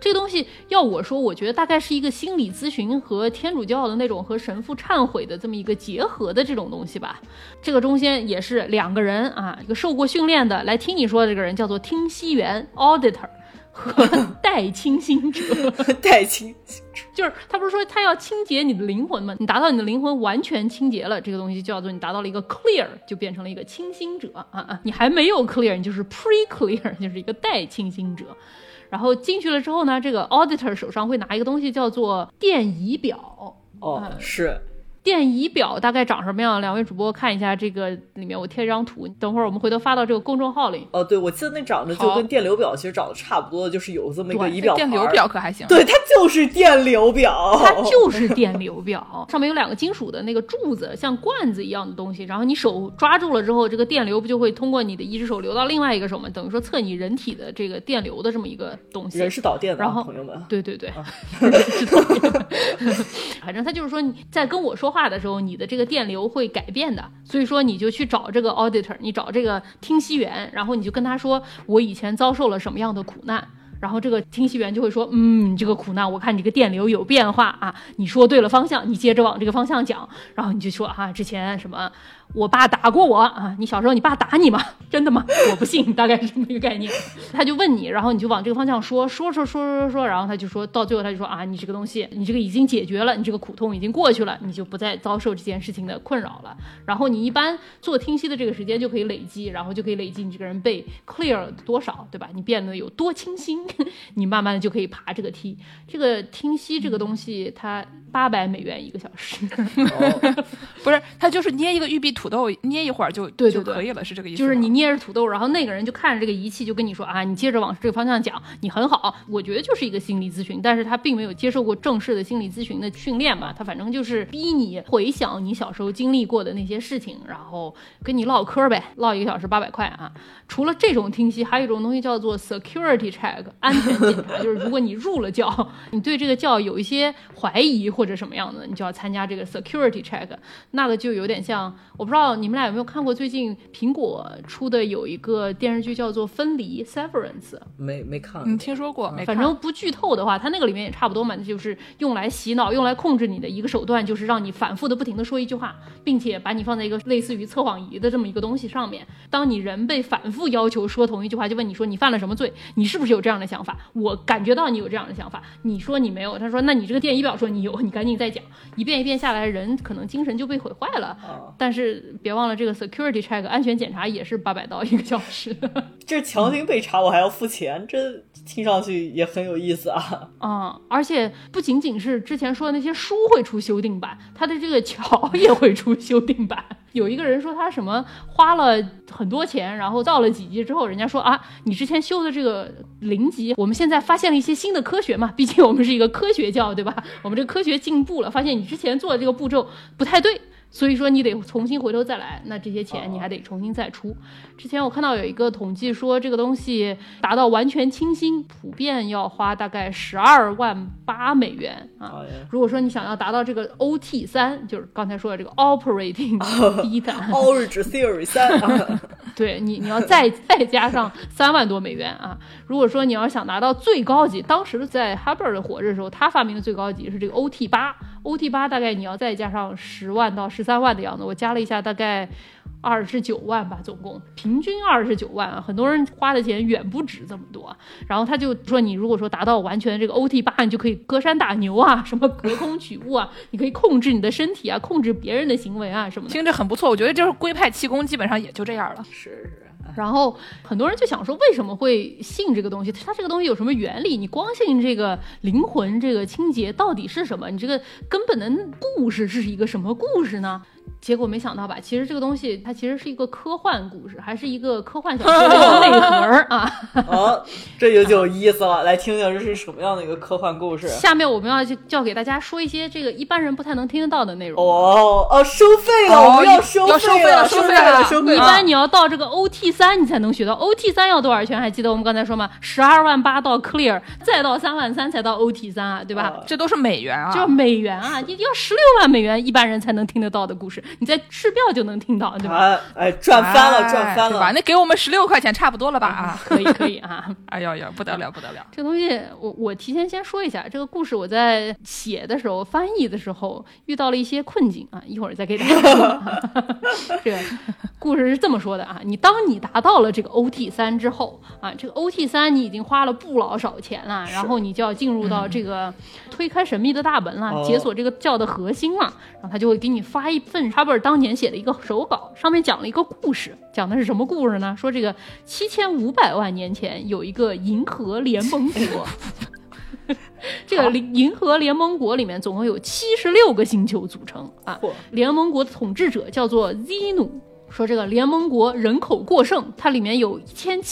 这个东西要我说，我觉得大概是一个心理咨询和天主教的那种和神父忏悔的这么一个结合的这种东西吧。这个中间也是两个人啊，一个受过训练的来听你说的这个人叫做听息员 auditor 和代清心者代清心者就是他不是说他要清洁你的灵魂吗？你达到你的灵魂完全清洁了，这个东西叫做你达到了一个 clear， 就变成了一个清心者啊。你还没有 clear， 你就是 pre-clear， 就是一个代清心者。然后进去了之后呢，这个 auditor 手上会拿一个东西叫做电仪表。 是电仪表大概长什么样？两位主播看一下这个里面，我贴一张图，等会儿我们回头发到这个公众号里。 对，我记得那长得就跟电流表其实长得差不多，就是有这么一个仪表盘。 电流表可还行？ 对，它就是电流表， 它就是电流表，上面有两个金属的那个柱子，像罐子一样的东西，然后你手抓住了之后，这个电流不就会通过你的一只手流到另外一个手吗？等于说测你人体的这个电流的这么一个东西。 人是导电的， 然后朋友们， 对对对，人是导电的。反正他就是说你在跟我说话的时候，你的这个电流会改变的，所以说你就去找这个 auditor， 你找这个听息员，然后你就跟他说我以前遭受了什么样的苦难。然后这个听息员就会说，你这个苦难，我看你这个电流有变化啊，你说对了方向，你接着往这个方向讲，然后你就说啊，之前什么我爸打过我啊，你小时候你爸打你吗？真的吗？我不信，大概是这么一个概念。他就问你，然后你就往这个方向说，然后他就说到最后他就说啊，你这个东西，你这个已经解决了，你这个苦痛已经过去了，你就不再遭受这件事情的困扰了。然后你一般做听息的这个时间就可以累积，然后就可以累积你这个人被 clear 多少，对吧？你变得有多清新。你慢慢的就可以爬这个梯。这个听息这个东西它$800一个小时。 不是，它就是捏一个玉米土豆，捏一会儿就可以了，是这个意思吗？ 就是你捏着土豆，然后那个人就看着这个仪器就跟你说啊，你接着往这个方向讲，你很好。我觉得就是一个心理咨询，但是他并没有接受过正式的心理咨询的训练嘛，他反正就是逼你回想你小时候经历过的那些事情，然后跟你唠嗑呗，唠1个小时$800啊。除了这种听息，还有一种东西叫做 security check， 安全检查，就是如果你入了教，你对这个教有一些怀疑或者什么样的，你就要参加这个 security check。那个就有点像，我不知道你们俩有没有看过最近苹果出的有一个电视剧叫做《分离》（Severance）。 没看， 听说过，没看。 反正不剧透的话，它那个里面也差不多嘛，就是用来洗脑、用来控制你的一个手段，就是让你反复的不停的说一句话，并且把你放在一个类似于测谎仪的这么一个东西上面。当你人被反复要求说同一句话，就问你说你犯了什么罪，你是不是有这样的想法？我感觉到你有这样的想法，你说你没有，他说那你这个电仪表说你有，你赶紧再讲一遍一遍下来，人可能精神就被毁坏了。但是别忘了这个 security check 安全检查也是$8001个小时。 这强行被查我还要付钱，这听上去也很有意思啊。 而且不仅仅是之前说的那些书会出修订版，它的这个桥也会出修订版。有一个人说他什么花了很多钱，然后造了几集之后，人家说啊，你之前修的这个0集，我们现在发现了一些新的科学嘛，毕竟我们是一个科学教，对吧？我们这个科学进步了，发现你之前做的这个步骤不太对。所以说你得重新回头再来，那这些钱你还得重新再出。之前我看到有一个统计说，这个东西达到完全清新，普遍要花大概$128啊。如果说你想要达到这个 OT3，就是刚才说的这个 Operating Theater，Origin Theory 3， 对你要再加上$3万多啊。如果说你要想拿到最高级，当时在 Hubbard 火热的时候，他发明的最高级是这个 OT8 大概你要再加上10万到13万的样子，我加了一下，大概29万吧，总共平均29万啊，很多人花的钱远不止这么多。然后他就说，你如果说达到完全这个 OT8，你就可以隔山打牛啊，什么隔空取物啊，你可以控制你的身体啊，控制别人的行为啊什么的。 听着很不错，我觉得就是龟派气功基本上也就这样了。 是。 然后很多人就想说，为什么会信这个东西？它这个东西有什么原理？你光信这个灵魂这个清洁到底是什么？你这个根本的故事是一个什么故事呢？结果没想到吧，其实这个东西它其实是一个科幻故事，还是一个科幻小说的内核啊。 这就有意思了，来听听这是什么样的一个科幻故事。 下面我们要给大家说一些这个一般人不太能听得到的内容。 收费了，我们要收费了。 一般你要到这个 OT3 你才能学到。OT3 要多少钱？还记得我们刚才说吗？12万8到 Clear， 再到3万3才到 OT3 啊，对吧？ 这都是美元啊， 就是美元啊，你要16万美元一般人才能听得到的故事。 事，你在市标就能听到，对吧？ 赚翻了，赚翻了， 对吧？那给我们16块钱差不多了吧？啊， 可以啊！ 哎呦呦，不得了，不得了！ 这个东西我提前先说一下，这个故事我在写的时候、翻译的时候遇到了一些困境啊，一会儿再给大家说。这个故事是这么说的啊，当你达到了这个 OT3 之后啊，这个 OT3你已经花了不老少钱了，然后你就要进入到这个推开神秘的大门了，解锁这个教的核心了，然后他就会给你发一份哈贝尔当年写的一个手稿，上面讲了一个故事，讲的是什么故事呢？说这个7500万年前有一个银河联盟国。这个银河联盟国里面总共有76个星球组成啊。联盟国的统治者叫做 Xenu， 说这个联盟国人口过剩，它里面有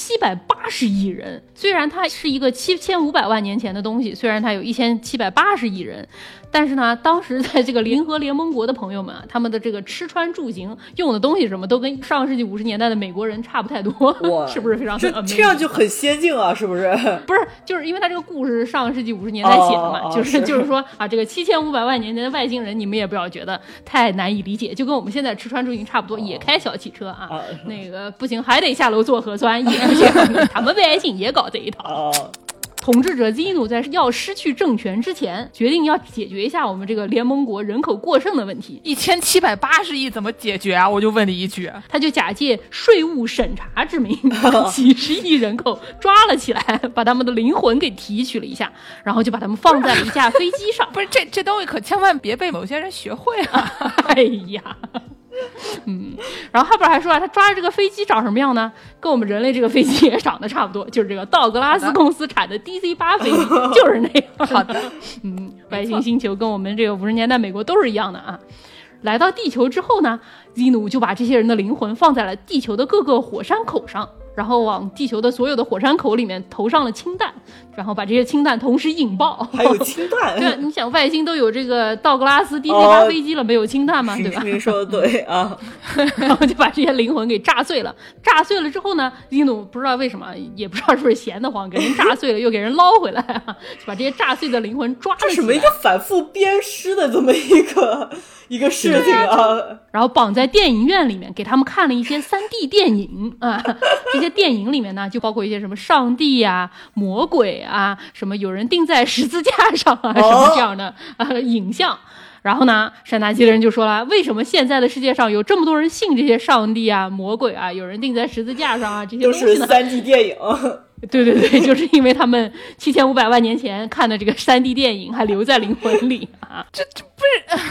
1780亿人。虽然它是一个7500万年前的东西，虽然它有1780亿人，但是呢，当时在这个银河联盟国的朋友们啊，他们的这个吃穿住行用的东西什么都跟上世纪50年代的美国人差不太多，是不是非常这听上去很先进啊？是不是？ 不是，就是因为他这个故事是上世纪50年代写的嘛，就是说啊，这个7500万年前的外星人，你们也不要觉得太难以理解，就跟我们现在吃穿住行差不多，也开小汽车啊，那个不行还得下楼做核酸，也不行，他们外星也搞这一套。统治者 Xenu 在要失去政权之前，决定要解决一下我们这个联盟国人口过剩的问题。 1780亿怎么解决啊？我就问你一句， 他就假借税务审查之名，几十亿人口抓了起来，把他们的灵魂给提取了一下，然后就把他们放在了一架飞机上。 不是这东西可千万别被某些人学会啊！ 哎呀。然后哈贝尔还说啊，他抓着这个飞机长什么样呢？跟我们人类这个飞机也长得差不多，就是这个道格拉斯公司产的 DC-8 飞机，就是那样。 好的， 外星星球跟我们这个50年代美国都是一样的啊。来到地球之后呢，Xenu就把这些人的灵魂放在了地球的各个火山口上，然后往地球的所有的火山口里面投上了氢弹，然后把这些氢弹同时引爆。 还有氢弹？ 对，你想外星都有这个道格拉斯 DC-8 飞机了，没有氢弹吗？对吧？ 您说的对啊。 然后就把这些灵魂给炸碎了。炸碎了之后呢，Xenu不知道为什么，也不知道是不是闲得慌，给人炸碎了又给人捞回来啊，就把这些炸碎的灵魂抓了起来。 这什么一个反复鞭尸的这么一个事情啊！ 然后绑在电影院里面，给他们看了一些3D 电影啊。这些电影里面呢，就包括一些什么上帝呀、魔鬼啊，什么有人钉在十字架上啊，什么这样的影像。然后呢，山达基的人就说了，为什么现在的世界上有这么多人信这些上帝啊、魔鬼啊，有人钉在十字架上啊，这些东西呢？ 都是3D 电影。 对，就是因为他们7500万年前看的这个3D 电影还留在灵魂里啊。 这不是。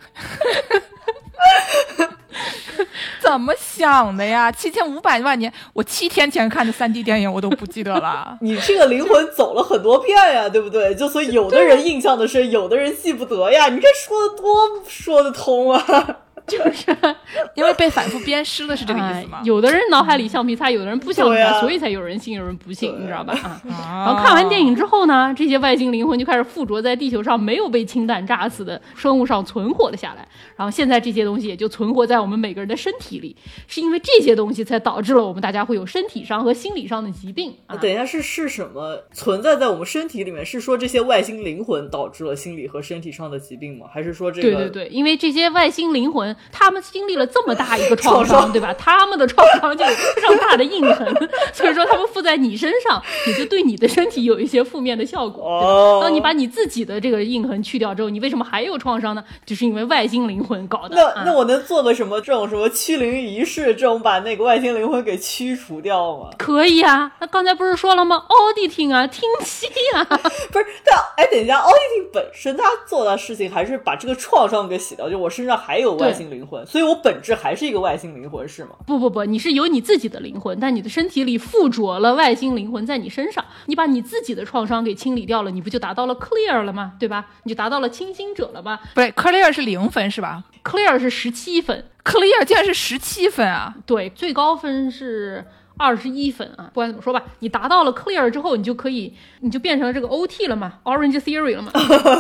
怎么想的呀？7500万年，我7天前看的3D 电影我都不记得了。 你这个灵魂走了很多遍呀，对不对？就所以有的人印象的深，有的人记不得呀。你这说的多说得通啊！ 就是因为被反复鞭尸的是这个意思吗？ 有的人脑海里橡皮擦，有的人不橡皮擦，所以才有人信有人不信，你知道吧？然后看完电影之后呢，这些外星灵魂就开始附着在地球上没有被氢弹炸死的生物上存活了下来。然后现在这些东西也就存活在我们每个人的身体里，是因为这些东西才导致了我们大家会有身体上和心理上的疾病。 等一下，是什么存在在我们身体里面？是说这些外星灵魂导致了心理和身体上的疾病吗？还是说这个？ 对，因为这些外星灵魂他们经历了这么大一个创伤，对吧？他们的创伤就有非常大的印痕，所以说他们附在你身上，也就对你的身体有一些负面的效果。当你把你自己的这个印痕去掉之后，你为什么还有创伤呢？就是因为外星灵魂搞的。 那我能做个什么这种什么驱灵仪式，这种把那个外星灵魂给驱除掉吗？ 可以啊，那刚才不是说了吗 ？auditing 啊，听息啊。 不是，但等一下 ，auditing 本身他做的事情还是把这个创伤给洗掉，就我身上还有外星灵魂，所以我本质还是一个外星灵魂，是吗？ 不，你是有你自己的灵魂，但你的身体里附着了外星灵魂在你身上，你把你自己的创伤给清理掉了，你不就达到了 clear 了吗？对吧？你就达到了清心者了吧？ 不对 ，clear 是0分是吧 ？clear 是17分 ，clear 竟然是17分啊！ 对，最高分是21分啊。不管怎么说吧，你达到了 clear 之后，你就变成了这个 OT 了嘛 ，Orange Theory 了嘛。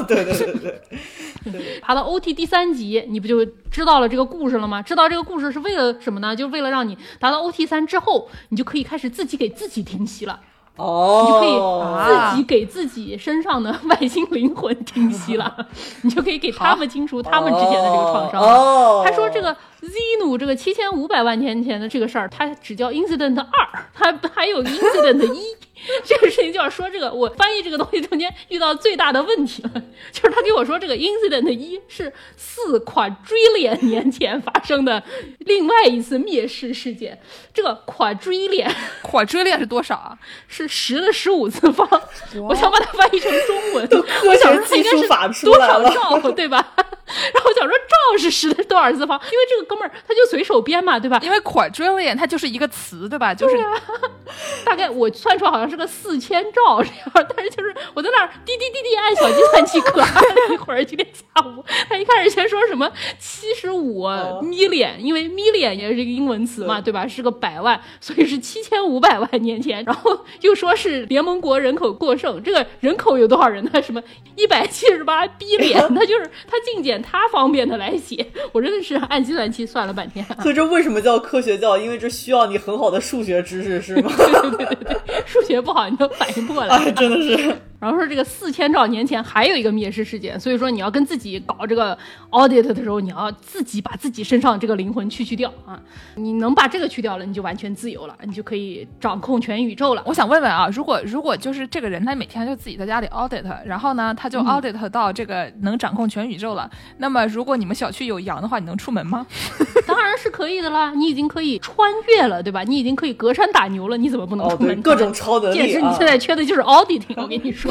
对，爬到 OT 第3级，你不就知道了这个故事了吗？知道这个故事是为了什么呢？就为了让你达到 OT3之后，你就可以开始自己给自己听息了。 你就可以自己给自己身上的外星灵魂停息了，你就可以给他们清除他们之间的这个创伤。他说这个 Xenu 这个7500万年前的这个事儿，它只叫 Incident 2，它还有 Incident 1。这个事情就要说这个我翻译这个东西中间遇到最大的问题了，就是他给我说这个 Incident 1是4 quadrillion 年前发生的另外一次灭世事件。这个 quadrillion 是多少啊？ 是10的15次方。我想把它翻译成中文， 科学技术法出来了， 多少兆对吧？然后我想说兆是10的多少次方，因为这个哥们儿他就随手编嘛，对吧？ 因为 quadrillion 它就是一个词，对吧？就是大概我算出来好像是个4000兆这样，但是就是我在那儿滴滴滴滴按小计算器可按了一会儿。今天下午他一开始先说什么75 million，因为 million 也是一个英文词嘛，对吧？是个100万，所以是7500万年前。然后又说是联盟国人口过剩，这个人口有多少人呢？什么178 billion， 他就是他尽简他方便的来写，我真的是按计算器算了半天。 所以这为什么叫科学教？因为这需要你很好的数学知识，是吗？ 对，数学不好你都反应不过来。 哎，真的是。 然后说这个4000兆年前还有一个灭世事件，所以说你要跟自己搞这个 audit 的时候，你要自己把自己身上这个灵魂去掉啊！你能把这个去掉了，你就完全自由了，你就可以掌控全宇宙了。 我想问问啊，如果就是这个人他每天就自己在家里 audit， 然后呢他就 audit 到这个能掌控全宇宙了，那么如果你们小区有羊的话，你能出门吗？ 当然是可以的啦，你已经可以穿越了，对吧？你已经可以隔山打牛了，你怎么不能出门？ 对，各种超能力。 简直你现在缺的就是 auditing，我跟你说。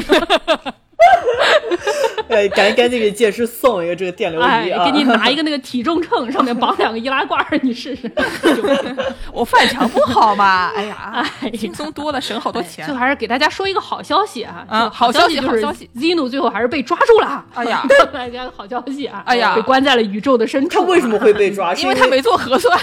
哎，赶紧给剑师送一个这个电流仪啊！ 给你拿一个那个体重秤，上面绑2个易拉罐，你试试。 我犯强不好嘛？哎呀，轻松多了，省好多钱。 就还是给大家说一个好消息啊！ 好消息就是 Xenu 最后还是被抓住了。 哎呀， 大家好消息啊！ 哎呀， 被关在了宇宙的深处。 他为什么会被抓？ 因为他没做核酸。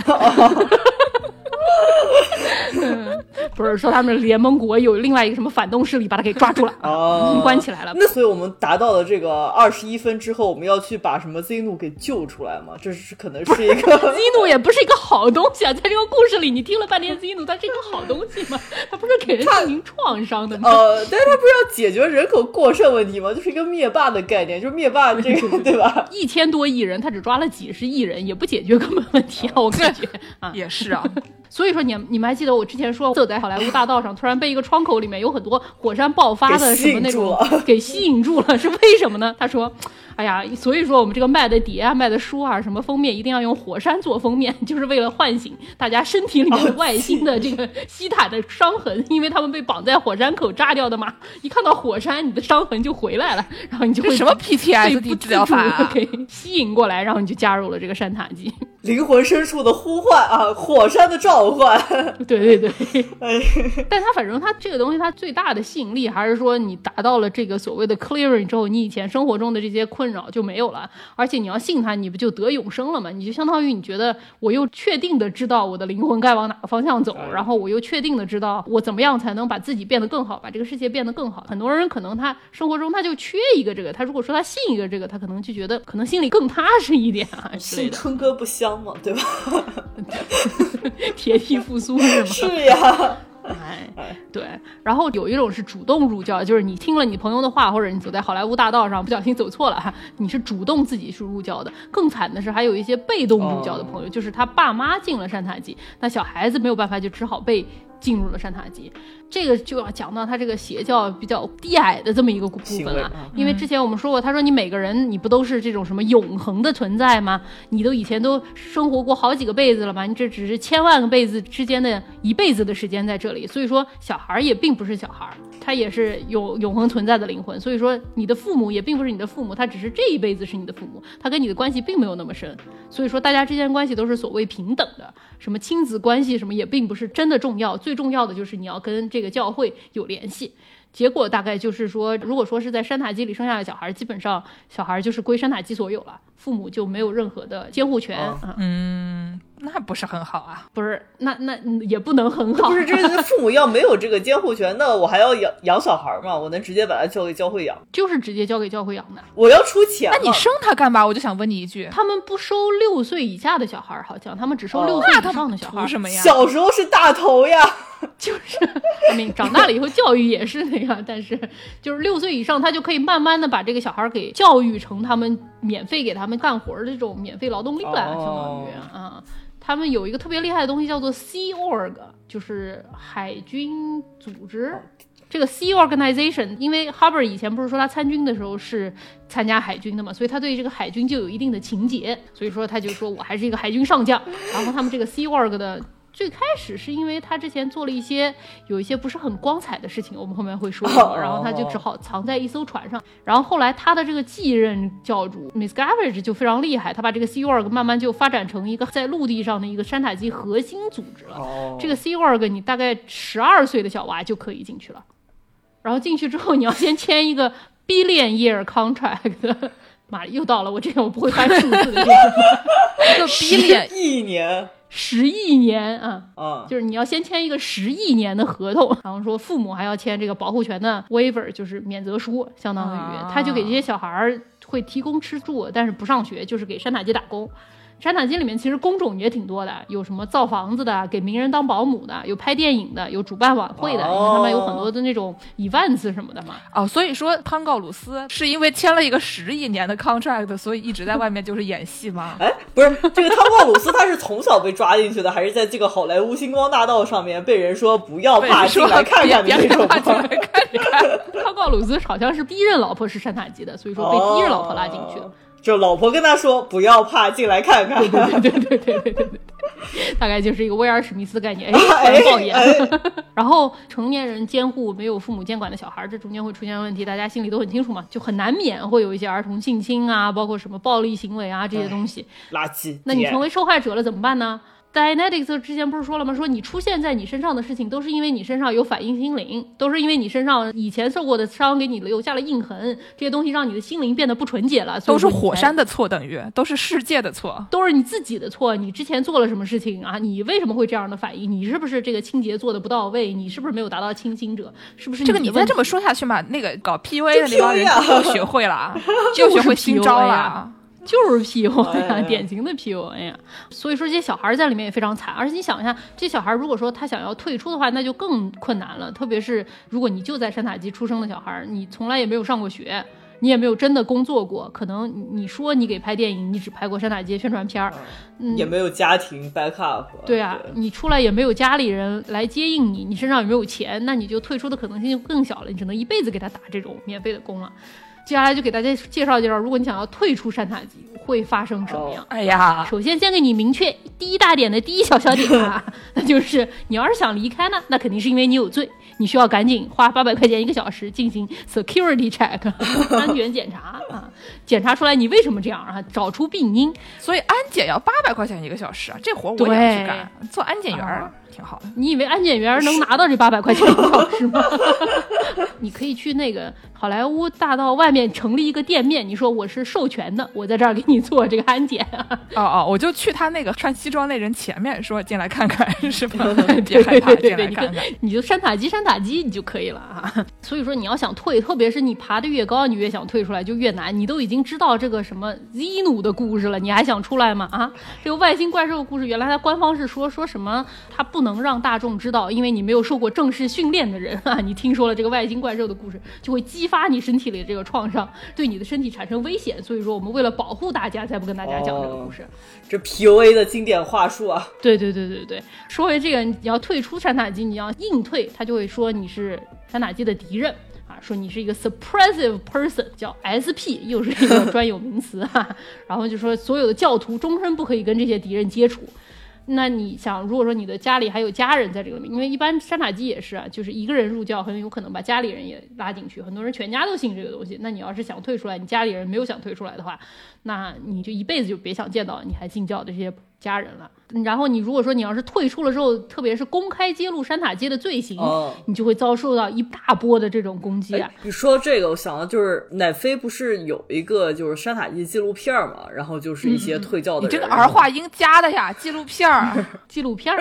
不是说他们联盟国有另外一个什么反动势力把他给抓住了，关起来了。 那所以我们达到了这个21分之后，我们要去把什么 Xenu 给救出来吗？这是可能是一个 Xenu 也不是一个好东西啊，在这个故事里你听了半天 Xenu 它是一个好东西吗？它不是给人进行创伤的吗？ 但是它不是要解决人口过剩问题吗？就是一个灭霸的概念，就是灭霸这个对吧 ？1000多亿人，他只抓了几十亿人，也不解决根本问题啊！我感觉也是啊。 所以说你们还记得我之前说，在好莱坞大道上突然被一个窗口里面有很多火山爆发的什么那种给吸引住了，是为什么呢？他说哎呀，所以说我们这个卖的碟啊、卖的书啊、什么封面一定要用火山做封面，就是为了唤醒大家身体里面的外星的这个西塔的伤痕，因为他们被绑在火山口炸掉的嘛。一看到火山，你的伤痕就回来了，然后你就会什么 PTSD 治疗法啊， 给吸引过来，然后你就加入了这个山塔基。 灵魂深处的呼唤啊，火山的召唤。 对，但它反正它这个东西，它最大的吸引力还是说，你达到了这个所谓的 clearing 之后，你以前生活中的这些困扰就没有了，而且你要信它，你不就得永生了吗？你就相当于你觉得我又确定的知道我的灵魂该往哪个方向走，然后我又确定的知道我怎么样才能把自己变得更好，把这个世界变得更好。很多人可能他生活中他就缺一个这个，他如果说他信一个这个，他可能就觉得可能心里更踏实一点啊之类的。 信春哥不香嘛，对吧？ 铁地复苏是吗？ 是呀。 对，然后有一种是主动入教，就是你听了你朋友的话，或者你走在好莱坞大道上不小心走错了哈，你是主动自己去入教的。更惨的是还有一些被动入教的朋友，就是他爸妈进了山塔基，那小孩子没有办法，就只好被进入了山塔基。这个就要讲到他这个邪教比较低矮的这么一个部分了，因为之前我们说过，他说你每个人你不都是这种什么永恒的存在吗？你都以前都生活过好几个辈子了吗？你这只是千万个辈子之间的一辈子的时间在这里，所以说小孩也并不是小孩，他也是有永恒存在的灵魂。所以说你的父母也并不是你的父母，他只是这一辈子是你的父母，他跟你的关系并没有那么深。所以说大家之间关系都是所谓平等的，什么亲子关系什么也并不是真的重要，最重要的就是你要跟这个教会有联系。结果大概就是说，如果说是在山塔基里生下的小孩，基本上小孩就是归山塔基所有了，父母就没有任何的监护权。 那不是很好啊。 不是，那也不能很好。 不是，这个父母要没有这个监护权，那我还要养小孩吗？我能直接把他交给教会养？ 就是直接交给教会养的。 我要出钱。 那你生他干嘛？我就想问你一句， 他们不收6岁以下的小孩，好像他们只收6岁以上的小孩。 图什么呀？ 小时候是大头呀。 就是长大了以后教育也是那样，但是就是6岁以上他就可以慢慢的把这个小孩给教育成他们免费给他们干活的这种免费劳动力了，相当于啊。他们有一个特别厉害的东西叫做 Sea Org， 就是海军组织。这个 Sea Organization， 因为 Hubbard 以前不是说他参军的时候是参加海军的嘛，所以他对这个海军就有一定的情结，所以说他就说我还是一个海军上将。然后他们这个 Sea Org 的最开始是因为他之前做了有一些不是很光彩的事情，我们后面会说然后他就只好藏在一艘船上。然后后来他的这个继任教主 Miscavige 就非常厉害，他把这个 Sea Org 慢慢就发展成一个在陆地上的一个山塔基核心组织了。这个 Sea Org 你大概12岁的小娃就可以进去了，然后进去之后你要先签一个 billion year contract 妈又到了我这个我不会翻数字的这个 billion 亿年 10亿年就是你要先签一个10亿年的合同，然后说父母还要签这个保护权的 waiver， 就是免责书，相当于他就给这些小孩会提供吃住，但是不上学，就是给山塔基打工。山塔基里面其实工种也挺多的，有什么造房子的，给名人当保姆的，有拍电影的，有主办晚会的，因为他们有很多的那种events什么的嘛。 所以说汤告鲁斯是因为签了一个10亿年的 contract， 所以一直在外面就是演戏吗？ 不是，这个汤告鲁斯他是从小被抓进去的，还是在这个好莱坞星光大道上面被人说不要怕，进来看看的那种？ 汤告鲁斯好像是第一任老婆是山塔基的，所以说被第一任老婆拉进去了。 就老婆跟他说不要怕，进来看看。 对，大概就是一个威尔史密斯概念，很爆眼。然后成年人监护没有父母监管的小孩，这中间会出现问题，大家心里都很清楚嘛，就很难免会有一些儿童性侵啊，包括什么暴力行为啊这些东西。 垃圾。 那你成为受害者了怎么办呢？Dianetics 之前不是说了吗？说你出现在你身上的事情都是因为你身上有反应心灵，都是因为你身上以前受过的伤给你留下了印痕，这些东西让你的心灵变得不纯洁了， 都是火山的错，等于都是世界的错， 都是你自己的错。你之前做了什么事情啊？你为什么会这样的反应？你是不是这个清洁做的不到位？你是不是没有达到清醒者？是不是这个你再这么说下去嘛，那个搞 PUA 的那帮人都学会了，就学会新招了。 就是 PUA 呀，典型的 PUA 呀。所以说这些小孩在里面也非常惨，而且你想一下，这小孩如果说他想要退出的话，那就更困难了。特别是如果你就在山塔基出生的小孩，你从来也没有上过学，你也没有真的工作过，可能你说你给拍电影，你只拍过山塔基宣传片也没有家庭 backup。 对啊，你出来也没有家里人来接应你，你身上也没有钱，那你就退出的可能性就更小了，你只能一辈子给他打这种免费的工了。接下来就给大家介绍介绍，如果你想要退出山塔基会发生什么样。 哎呀， 首先先给你明确第一大点的第一小点那就是你要是想离开呢，那肯定是因为你有罪，你需要赶紧花800块钱1个小时进行 security check 安全检查检查出来你为什么这样找出病因。 所以安检要800块钱1个小时这活我也要去干，做安检员挺好的。 你以为安检员能拿到这800块钱1个小时吗？你可以去那个好莱坞大道外面成立一个店面，你说我是授权的，我在这儿给你做这个安检我就去他那个穿西装那人前面说进来看看是吧？别害怕，进来看看。 你就山塔基你就可以了所以说你要想退，特别是你爬得越高，你越想退出来就越难。你都已经知道这个什么 Xenu 的故事了，你还想出来吗？这个外星怪兽的故事，原来他官方是说什么他不能让大众知道，因为你没有受过正式训练的人你听说了这个外星怪兽的故事，就会激发你身体里的这个创伤，对你的身体产生危险。所以说我们为了保护大家才不跟大家讲这个故事。 这 PUA 的经典话术啊。 对。说回这个，你要退出山塔基，你要硬退，他就会说你是山塔基的敌人说你是一个 suppressive person， 叫 SP， 又是一个专有名词然后就说所有的教徒终身不可以跟这些敌人接触。那你想，如果说你的家里还有家人在这个里面，因为一般山塔基也是就是一个人入教很有可能把家里人也拉进去，很多人全家都信这个东西。那你要是想退出来，你家里人没有想退出来的话，那你就一辈子就别想见到你还信教的这些家人了。然后你如果说你要是退出了之后，特别是公开揭露山塔基的罪行你就会遭受到一大波的这种攻击你说这个我想到就是乃飞不是有一个就是山塔基纪录片嘛，然后就是一些退教的人你这个儿化音加的呀，纪录片纪录片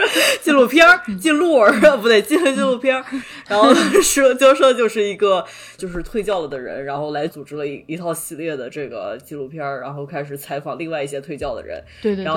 不对，纪录片然后说就是一个就是退教了的人，然后来组织了一套系列的这个纪录片，然后开始采访另外一些退教的人。 对， 然后里面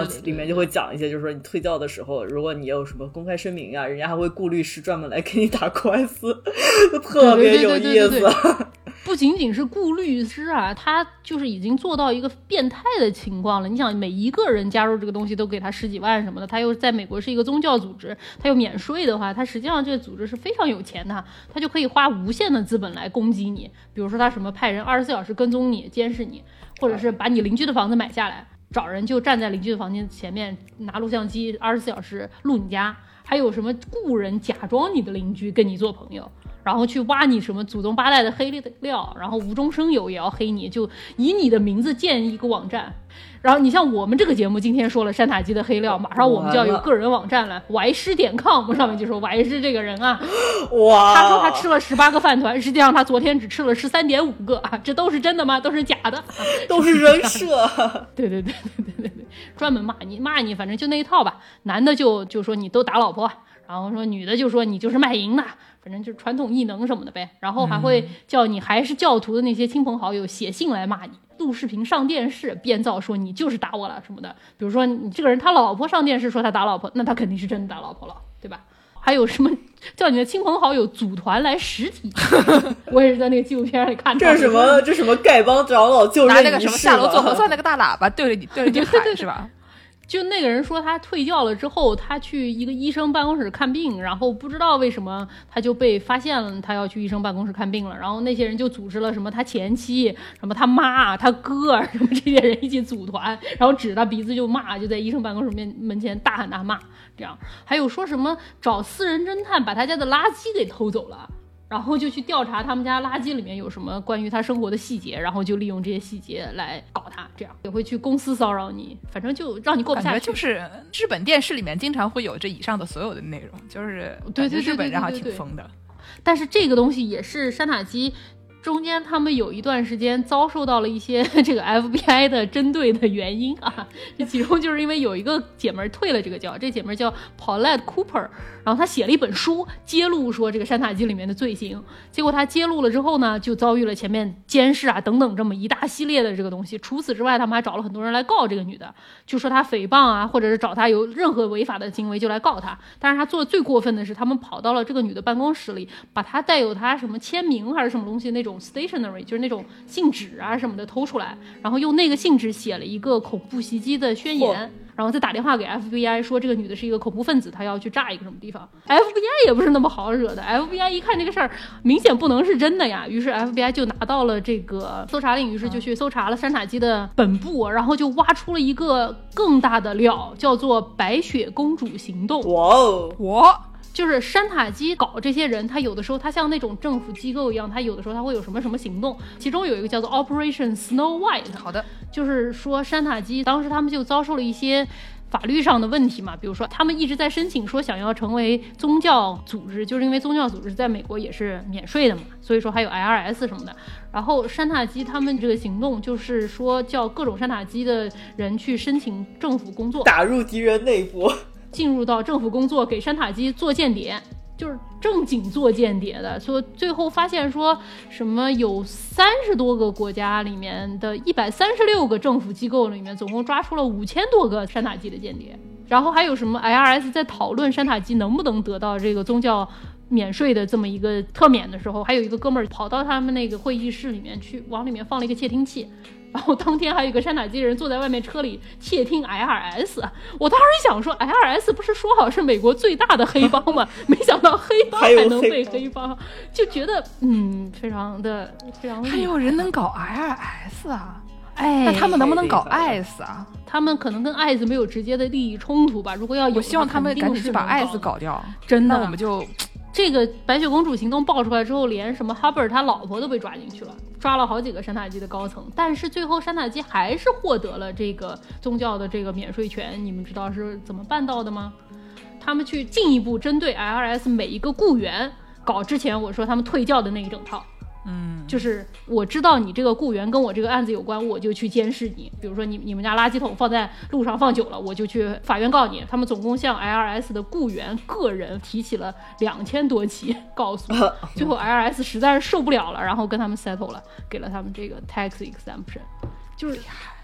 面就会讲一些，就是说你退教的时候，如果你有什么公开声明啊，人家还会雇律师专门来给你打官司，特别有意思。 对，不仅仅是雇律师啊，他就是已经做到一个变态的情况了。你想，每一个人加入这个东西都给他10几万什么的，他又在美国是一个宗教组织，他又免税的话，他实际上这个组织是非常有钱的，他就可以花无限的资本来攻击你。比如说他什么派人24小时跟踪你、监视你，或者是把你邻居的房子买下来，找人就站在邻居的房间前面拿录像机24小时录你家，还有什么雇人假装你的邻居跟你做朋友，然后去挖你什么祖宗8代的黑料，然后无中生有也要黑你，就以你的名字建一个网站。然后你像我们这个节目今天说了山塔基的黑料，马上我们就要有个人网站了，y师.com 上面就说 y师这个人啊， 哇， 他说他吃了18个饭团，实际上他昨天只吃了13.5个啊，这都是真的吗？都是假的， 都是人设。 对，专门骂你，反正就那一套吧。男的就说你都打老婆，然后说女的就说你就是卖淫的，反正就是传统异能什么的呗。然后还会叫你还是教徒的那些亲朋好友写信来骂你，录视频上电视编造说你就是打我了什么的。比如说你这个人他老婆上电视说他打老婆，那他肯定是真的打老婆了，对吧？还有什么叫你的亲朋好友组团来实体？我也是在那个纪录片里看到。 这是什么丐帮长老就任拿那个什么下楼做核酸那个大喇叭对着你喊是吧？ 就那个人说他退教了之后，他去一个医生办公室看病，然后不知道为什么他就被发现了他要去医生办公室看病了，然后那些人就组织了什么他前妻、什么他妈、他哥什么这些人一起组团，然后指着他鼻子就骂，就在医生办公室门前大喊大骂，这样。还有说什么找私人侦探把他家的垃圾给偷走了，然后就去调查他们家垃圾里面有什么关于他生活的细节，然后就利用这些细节来搞他，这样也会去公司骚扰你，反正就让你过不下去。 就是日本电视里面经常会有这以上的所有的内容，就是对日本人还挺疯的。 但是这个东西也是山塔基中间他们有一段时间遭受到了一些这个 FBI 的针对的原因啊，这其中就是因为有一个姐妹退了这个教，这姐妹叫 Paulette Cooper， 然后她写了一本书揭露说这个山塔基里面的罪行，结果她揭露了之后呢，就遭遇了前面监视啊等等这么一大系列的这个东西。除此之外，他们还找了很多人来告这个女的，就说她诽谤啊，或者是找她有任何违法的行为就来告她。但是她做的最过分的是，他们跑到了这个女的办公室里，把她带有她什么签名还是什么东西那种 stationery， 就是那种信纸啊什么的偷出来，然后用那个信纸写了一个恐怖袭击的宣言，然后再打电话给 FBI 说这个女的是一个恐怖分子，她要去炸一个什么地方。FBI 也不是那么好惹的， FBI 一看这个事儿明显不能是真的呀，于是 FBI 就拿到了这个搜查令，于是就去搜查了山塔基的本部，然后就挖出了一个更大的料，叫做白雪公主行动。 哇哦， 就是山塔基搞这些人，他有的时候他像那种政府机构一样，他有的时候他会有什么什么行动，其中有一个叫做 Operation Snow White。 好的， 就是说山塔基当时他们就遭受了一些法律上的问题嘛，比如说他们一直在申请说想要成为宗教组织，就是因为宗教组织在美国也是免税的嘛，所以说还有 IRS 什么的。然后山塔基他们这个行动就是说叫各种山塔基的人去申请政府工作， 打入敌人内部， 进入到政府工作，给山塔基做间谍，就是正经做间谍的。说最后发现说什么有30多个国家里面的136个政府机构里面，总共抓出了5000多个山塔基的间谍。然后还有什么 IRS 在讨论山塔基能不能得到这个宗教免税的这么一个特免的时候，还有一个哥们儿跑到他们那个会议室里面去，往里面放了一个窃听器。然后当天还有一个山塔基人坐在外面车里窃听 IRS， 我当时想说 IRS 不是说好是美国最大的黑帮吗？没想到黑帮还能被黑帮，就觉得非常的还有人能搞 IRS 啊？ 哎， 那他们能不能搞 IS 啊？ 他们可能跟 IS 没有直接的利益冲突吧。如果要有， 我希望他们赶紧去把 IS 搞掉。 真的， 那我们就这个白雪公主行动爆出来之后，连什么 Hubbard 他老婆都被抓进去了，抓了好几个山塔基的高层，但是最后山塔基还是获得了这个宗教的这个免税权。你们知道是怎么办到的吗？他们去进一步针对 IRS 每一个雇员搞之前我说他们退教的那一整套。就是我知道你这个雇员跟我这个案子有关，我就去监视你。比如说你们家垃圾桶放在路上放久了，我就去法院告你。他们总共向 IRS 的雇员个人提起了2000多起告诉，最后 IRS 实在是受不了了，然后跟他们 settle 了，给了他们这个 tax exemption。就是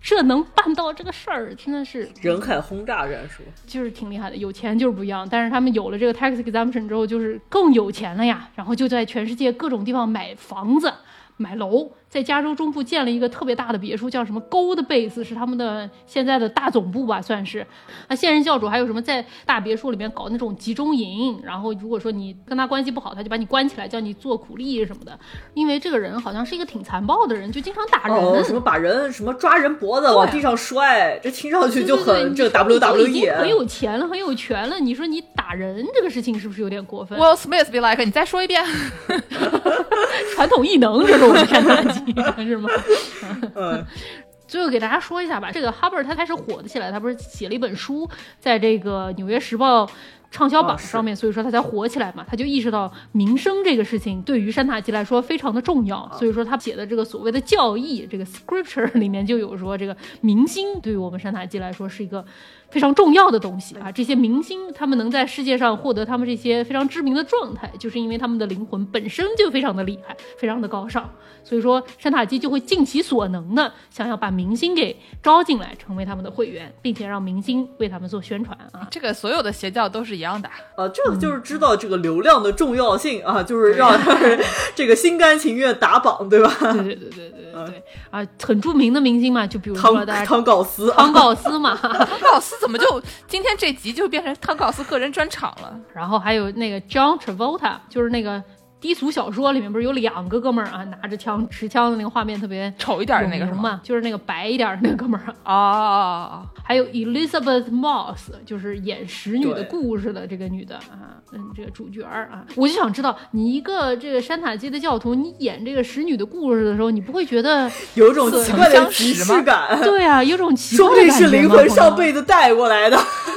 这能办到这个事儿，真的是人海轰炸战术， 就是挺厉害的。有钱就是不一样，但是他们有了这个 tax exemption 之后，就是更有钱了呀。然后就在全世界各种地方买房子、买楼，在加州中部建了一个特别大的别墅，叫什么 Gold Base， 是他们的现在的大总部吧，算是。那现任教主还有什么在大别墅里面搞那种集中营，然后如果说你跟他关系不好，他就把你关起来，叫你做苦力什么的。因为这个人好像是一个挺残暴的人，就经常打人， 什么把人什么抓人脖子往地上摔，这听上去就很这个 WWE， 很有钱了，很有权了。你说你打人这个事情是不是有点过分 ？Will Smith be like， 你再说一遍。 传统异能，这是我们山塔基是吗？最后给大家说一下吧，这个 Hubbard 他开始火的起来，他不是写了一本书，在这个《纽约时报》畅销榜上面，所以说他才火起来嘛。他就意识到民生这个事情对于山塔基来说非常的重要，所以说他写的这个所谓的教义，这个 scripture 里面就有说，这个民心对于我们山塔基来说是一个非常重要的东西啊。这些明星他们能在世界上获得他们这些非常知名的状态，就是因为他们的灵魂本身就非常的厉害，非常的高尚。所以说山塔基就会尽其所能的想要把明星给招进来，成为他们的会员，并且让明星为他们做宣传啊。 这个所有的邪教都是一样的这个就是知道这个流量的重要性啊，就是让这个心甘情愿打榜，对吧？ 对啊，很著名的明星嘛，就比如说大家汤告斯嘛， 汤告斯怎么就今天这集就变成汤告斯个人专场了？ 然后还有那个 John Travolta， 就是那个低俗小说里面不是有2个哥们儿啊，拿着枪持枪的那个画面特别丑一点的那个是吗？ 就是那个白一点的那个哥们儿啊。 还有 Elizabeth Moss， 就是演使女的故事的这个女的啊，这个主角啊，我就想知道，你一个这个山塔基的教徒，你演这个使女的故事的时候，你不会觉得有一种奇怪的即视感？ 对啊，有种奇怪的感觉，说不定是灵魂上辈子带过来的。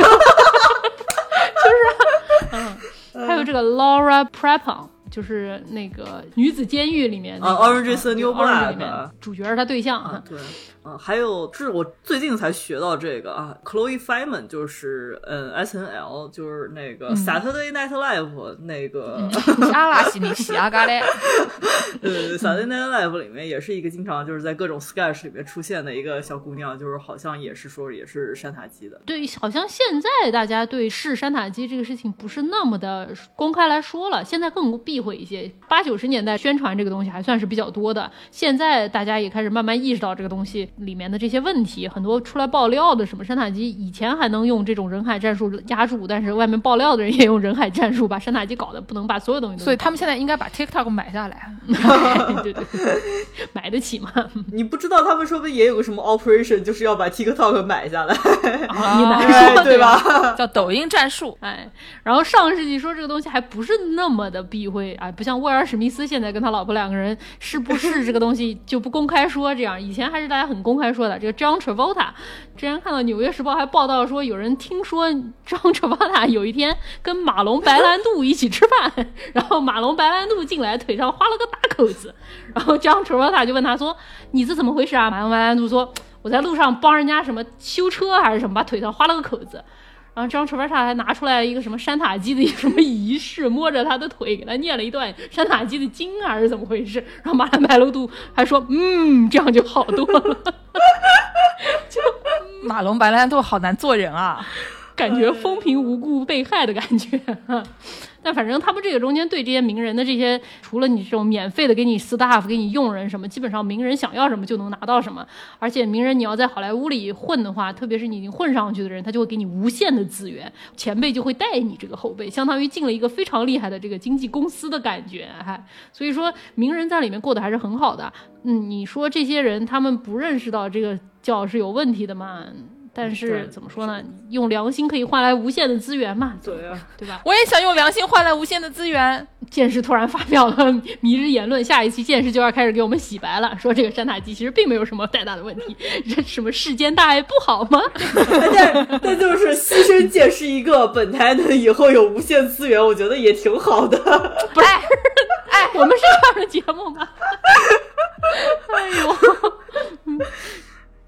就是还有这个 Laura Prepon，就是那个女子监狱里面 Orange is the New Black 里面主角是他对象对。还有这是我最近才学到这个啊 ，Chloe Feynman 就是SNL 就是那个 Saturday Night Live 那个阿拉西尼西阿嘎嘞 ，Saturday Night Live 里面也是一个经常就是在各种 sketch 里面出现的一个小姑娘，就是好像也是说也是山塔基的。 对，好像现在大家对是山塔基这个事情不是那么的公开来说了，现在更避讳一些。80、90年代宣传这个东西还算是比较多的，现在大家也开始慢慢意识到这个东西里面的这些问题，很多出来爆料的什么山塔基以前还能用这种人海战术压住，但是外面爆料的人也用人海战术把山塔基搞得不能把所有东西都， 所以他们现在应该把 TikTok 买下来。 对，买得起吗？ 你不知道他们说不定也有个什么 operation， 就是要把 TikTok 买下来。 你难说对吧？ 叫抖音战术。 然后上世纪说这个东西还不是那么的避讳不像威尔史密斯现在跟他老婆2个人是不是这个东西就不公开说，这样以前还是大家很公开说的。这个 John Travolta 之前看到《纽约时报》还报道说，有人听说 John Travolta 有一天跟马龙白兰度一起吃饭，然后马龙白兰度进来腿上划了个大口子，然后 John Travolta 就问他说：“你这怎么回事啊？”马龙白兰度说：“我在路上帮人家什么修车还是什么，把腿上划了个口子。”然后John Travolta还拿出来一个什么山塔基的什么仪式，摸着他的腿给他念了一段山塔基的经还是怎么回事，然后马龙白兰度还说这样就好多了。就马龙白兰度好难做人啊， 感觉风平无故被害的感觉。但反正他们这个中间对这些名人的这些，除了你这种免费的给你 staff 给你用人什么，基本上名人想要什么就能拿到什么。而且名人你要在好莱坞里混的话，特别是你已经混上去的人，他就会给你无限的资源，前辈就会带你这个后辈，相当于进了一个非常厉害的这个经纪公司的感觉。所以说名人在里面过得还是很好的。你说这些人他们不认识到这个教是有问题的吗？但是怎么说呢，用良心可以换来无限的资源嘛， 对啊， 对吧？ 我也想用良心换来无限的资源。 剑士突然发表了迷之言论，下一期剑士就要开始给我们洗白了，说这个山塔基其实并没有什么太大的问题，这什么世间大爱不好吗？ 但就是牺牲剑士一个，本台呢以后有无限资源，我觉得也挺好的。 不是，我们是这样的节目吗？哎呦。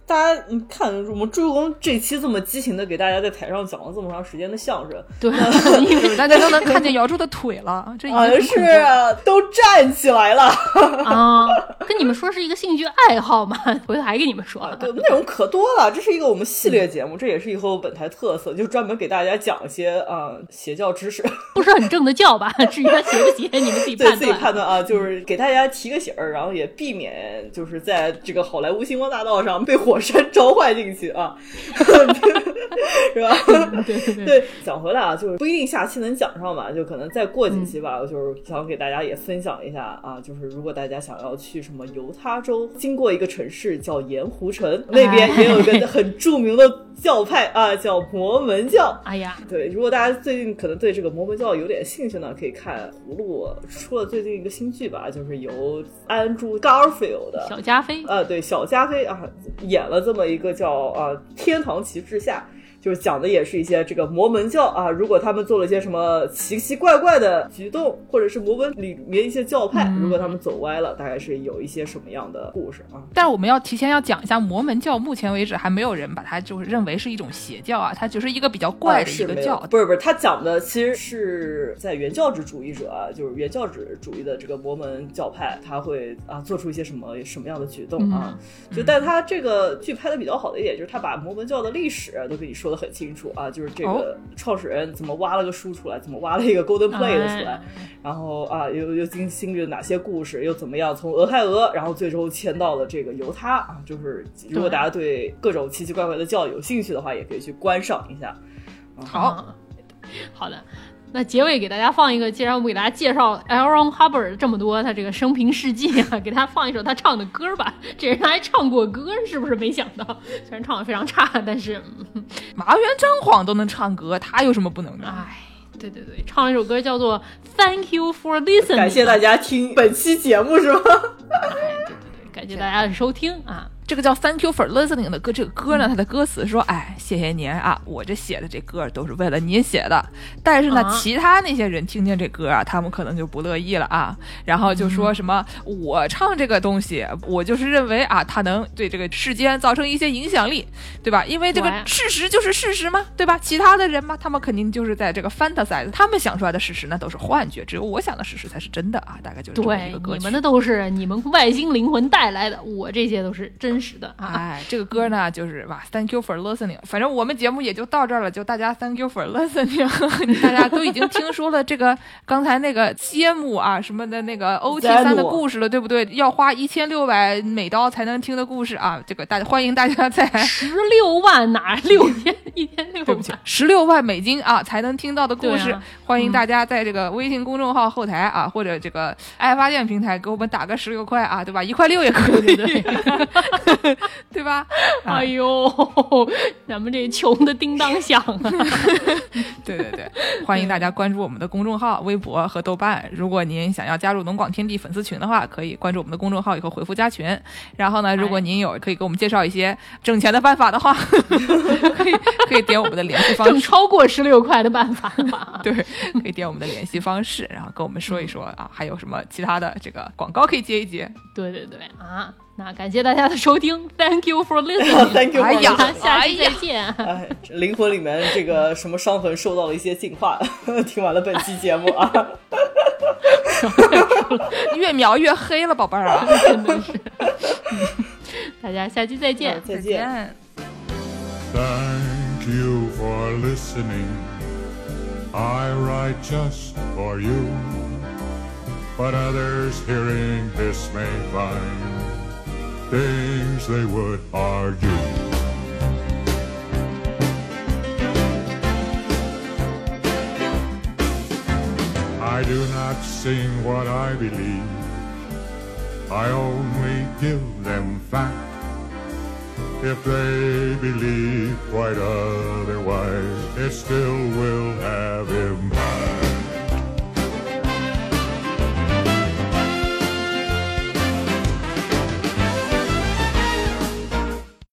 大家看我们朱公这期这么激情的给大家在台上讲了这么长时间的相声， 对， 大家都能看见姚柱的腿了，这是啊，都站起来了啊！跟你们说是一个兴趣爱好嘛，回头还给你们说了。 对，内容可多了，这是一个我们系列节目，这也是以后本台特色，就专门给大家讲一些邪教知识， 不是很正的教吧？至于它邪不邪，你们自己判断。 对，自己判断啊，就是给大家提个醒儿，然后也避免就是在这个好莱坞星光大道上被火山召唤进去啊，是吧？对，讲回来啊，就是不一定下期能讲上吧，就可能再过几期吧，就是想给大家也分享一下啊，就是如果大家想要去什么犹他州，经过一个城市叫盐湖城，那边也有一个很著名的教派啊，叫摩门教。 哎呀， 对，如果大家最近可能对这个摩门教有点兴趣呢，可以看葫芦出了最近一个新剧吧，就是由安珠 Garfield 的小加菲对，小加菲啊演了这么一个叫天堂旗帜下，就是讲的也是一些这个摩门教啊，如果他们做了一些什么奇奇怪怪的举动，或者是摩门里面一些教派，如果他们走歪了，大概是有一些什么样的故事啊。 但是我们要提前要讲一下，摩门教目前为止还没有人把它就是认为是一种邪教啊，它就是一个比较怪的一个教。 不是，他讲的其实是在原教旨主义者啊，就是原教旨主义的这个摩门教派，他会做出一些什么样的举动啊。但他这个剧拍的比较好的一点就是他把摩门教的历史都跟你说的很清楚啊，就是这个创始人怎么挖了个书出来，怎么挖了一个 Golden Plate 出来，然后又经历了哪些故事，又怎么样从俄亥俄，然后最终迁到了这个犹他啊。就是如果大家对各种奇奇怪怪的教有兴趣的话，也可以去观赏一下。 好的。那结尾给大家放一个，既然我们给大家介绍 L. Ron Hubbard 这么多他这个生平事迹啊，给他放一首他唱的歌吧。这人还唱过歌，是不是？没想到，虽然唱的非常差，但是麻原彰晃都能唱歌，他有什么不能的？ 哎，对，唱了一首歌叫做 Thank You for Listening， 感谢大家听本期节目是吗？ 对，感谢大家的收听啊。 这个叫 Thank You for Listening 的歌，这个歌呢，它的歌词说，谢谢您啊，我这写的这歌都是为了您写的。但是呢，其他那些人听见这歌他们可能就不乐意了啊，然后就说什么，我唱这个东西，我就是认为它能对这个世间造成一些影响力，对吧？因为这个事实就是事实嘛，对吧？其他的人嘛，他们肯定就是在这个 fantasize， 他们想出来的事实那都是幻觉，只有我想的事实才是真的啊，大概就是这么一个歌曲。 对，你们的都是你们外星灵魂带来的，我这些都是真实的啊。这个歌呢，就是Thank you for listening。反正我们节目也就到这儿了，就大家 Thank you for listening。大家都已经听说了这个刚才那个揭幕啊什么的那个 OT3 的故事了，对不对？要花$1600美刀才能听的故事啊，这个欢迎大家在 16万哪6天1天6万， 对不起，16万美金啊才能听到的故事，欢迎大家在这个微信公众号后台啊，或者这个爱发电平台给我们打个16块啊，对吧？1块6也可以，对吧？ 哎呦，咱们这穷的叮当响啊！ 对，欢迎大家关注我们的公众号、微博和豆瓣。如果您想要加入农广天地粉丝群的话，可以关注我们的公众号以后回复加群。然后呢，如果您可以给我们介绍一些挣钱的办法的话，可以点我们的联系方式， 挣超过16块的办法。 对，可以点我们的联系方式，然后跟我们说一说还有什么其他的这个广告可以接一接。 对啊。那感谢大家的收听 ，Thank you for listening。 Thank you， 下期再见。 灵魂里面这个什么伤痕受到了一些净化。听完了本期节目啊， 越描越黑了，宝贝儿啊， 真的是。大家下期再见， 再见。 Thank you for listening. I write just for you, but others hearing this may find.Things they would argue. I do not sing what I believe, I only give them fact. If they believe quite otherwise, it still will have impact.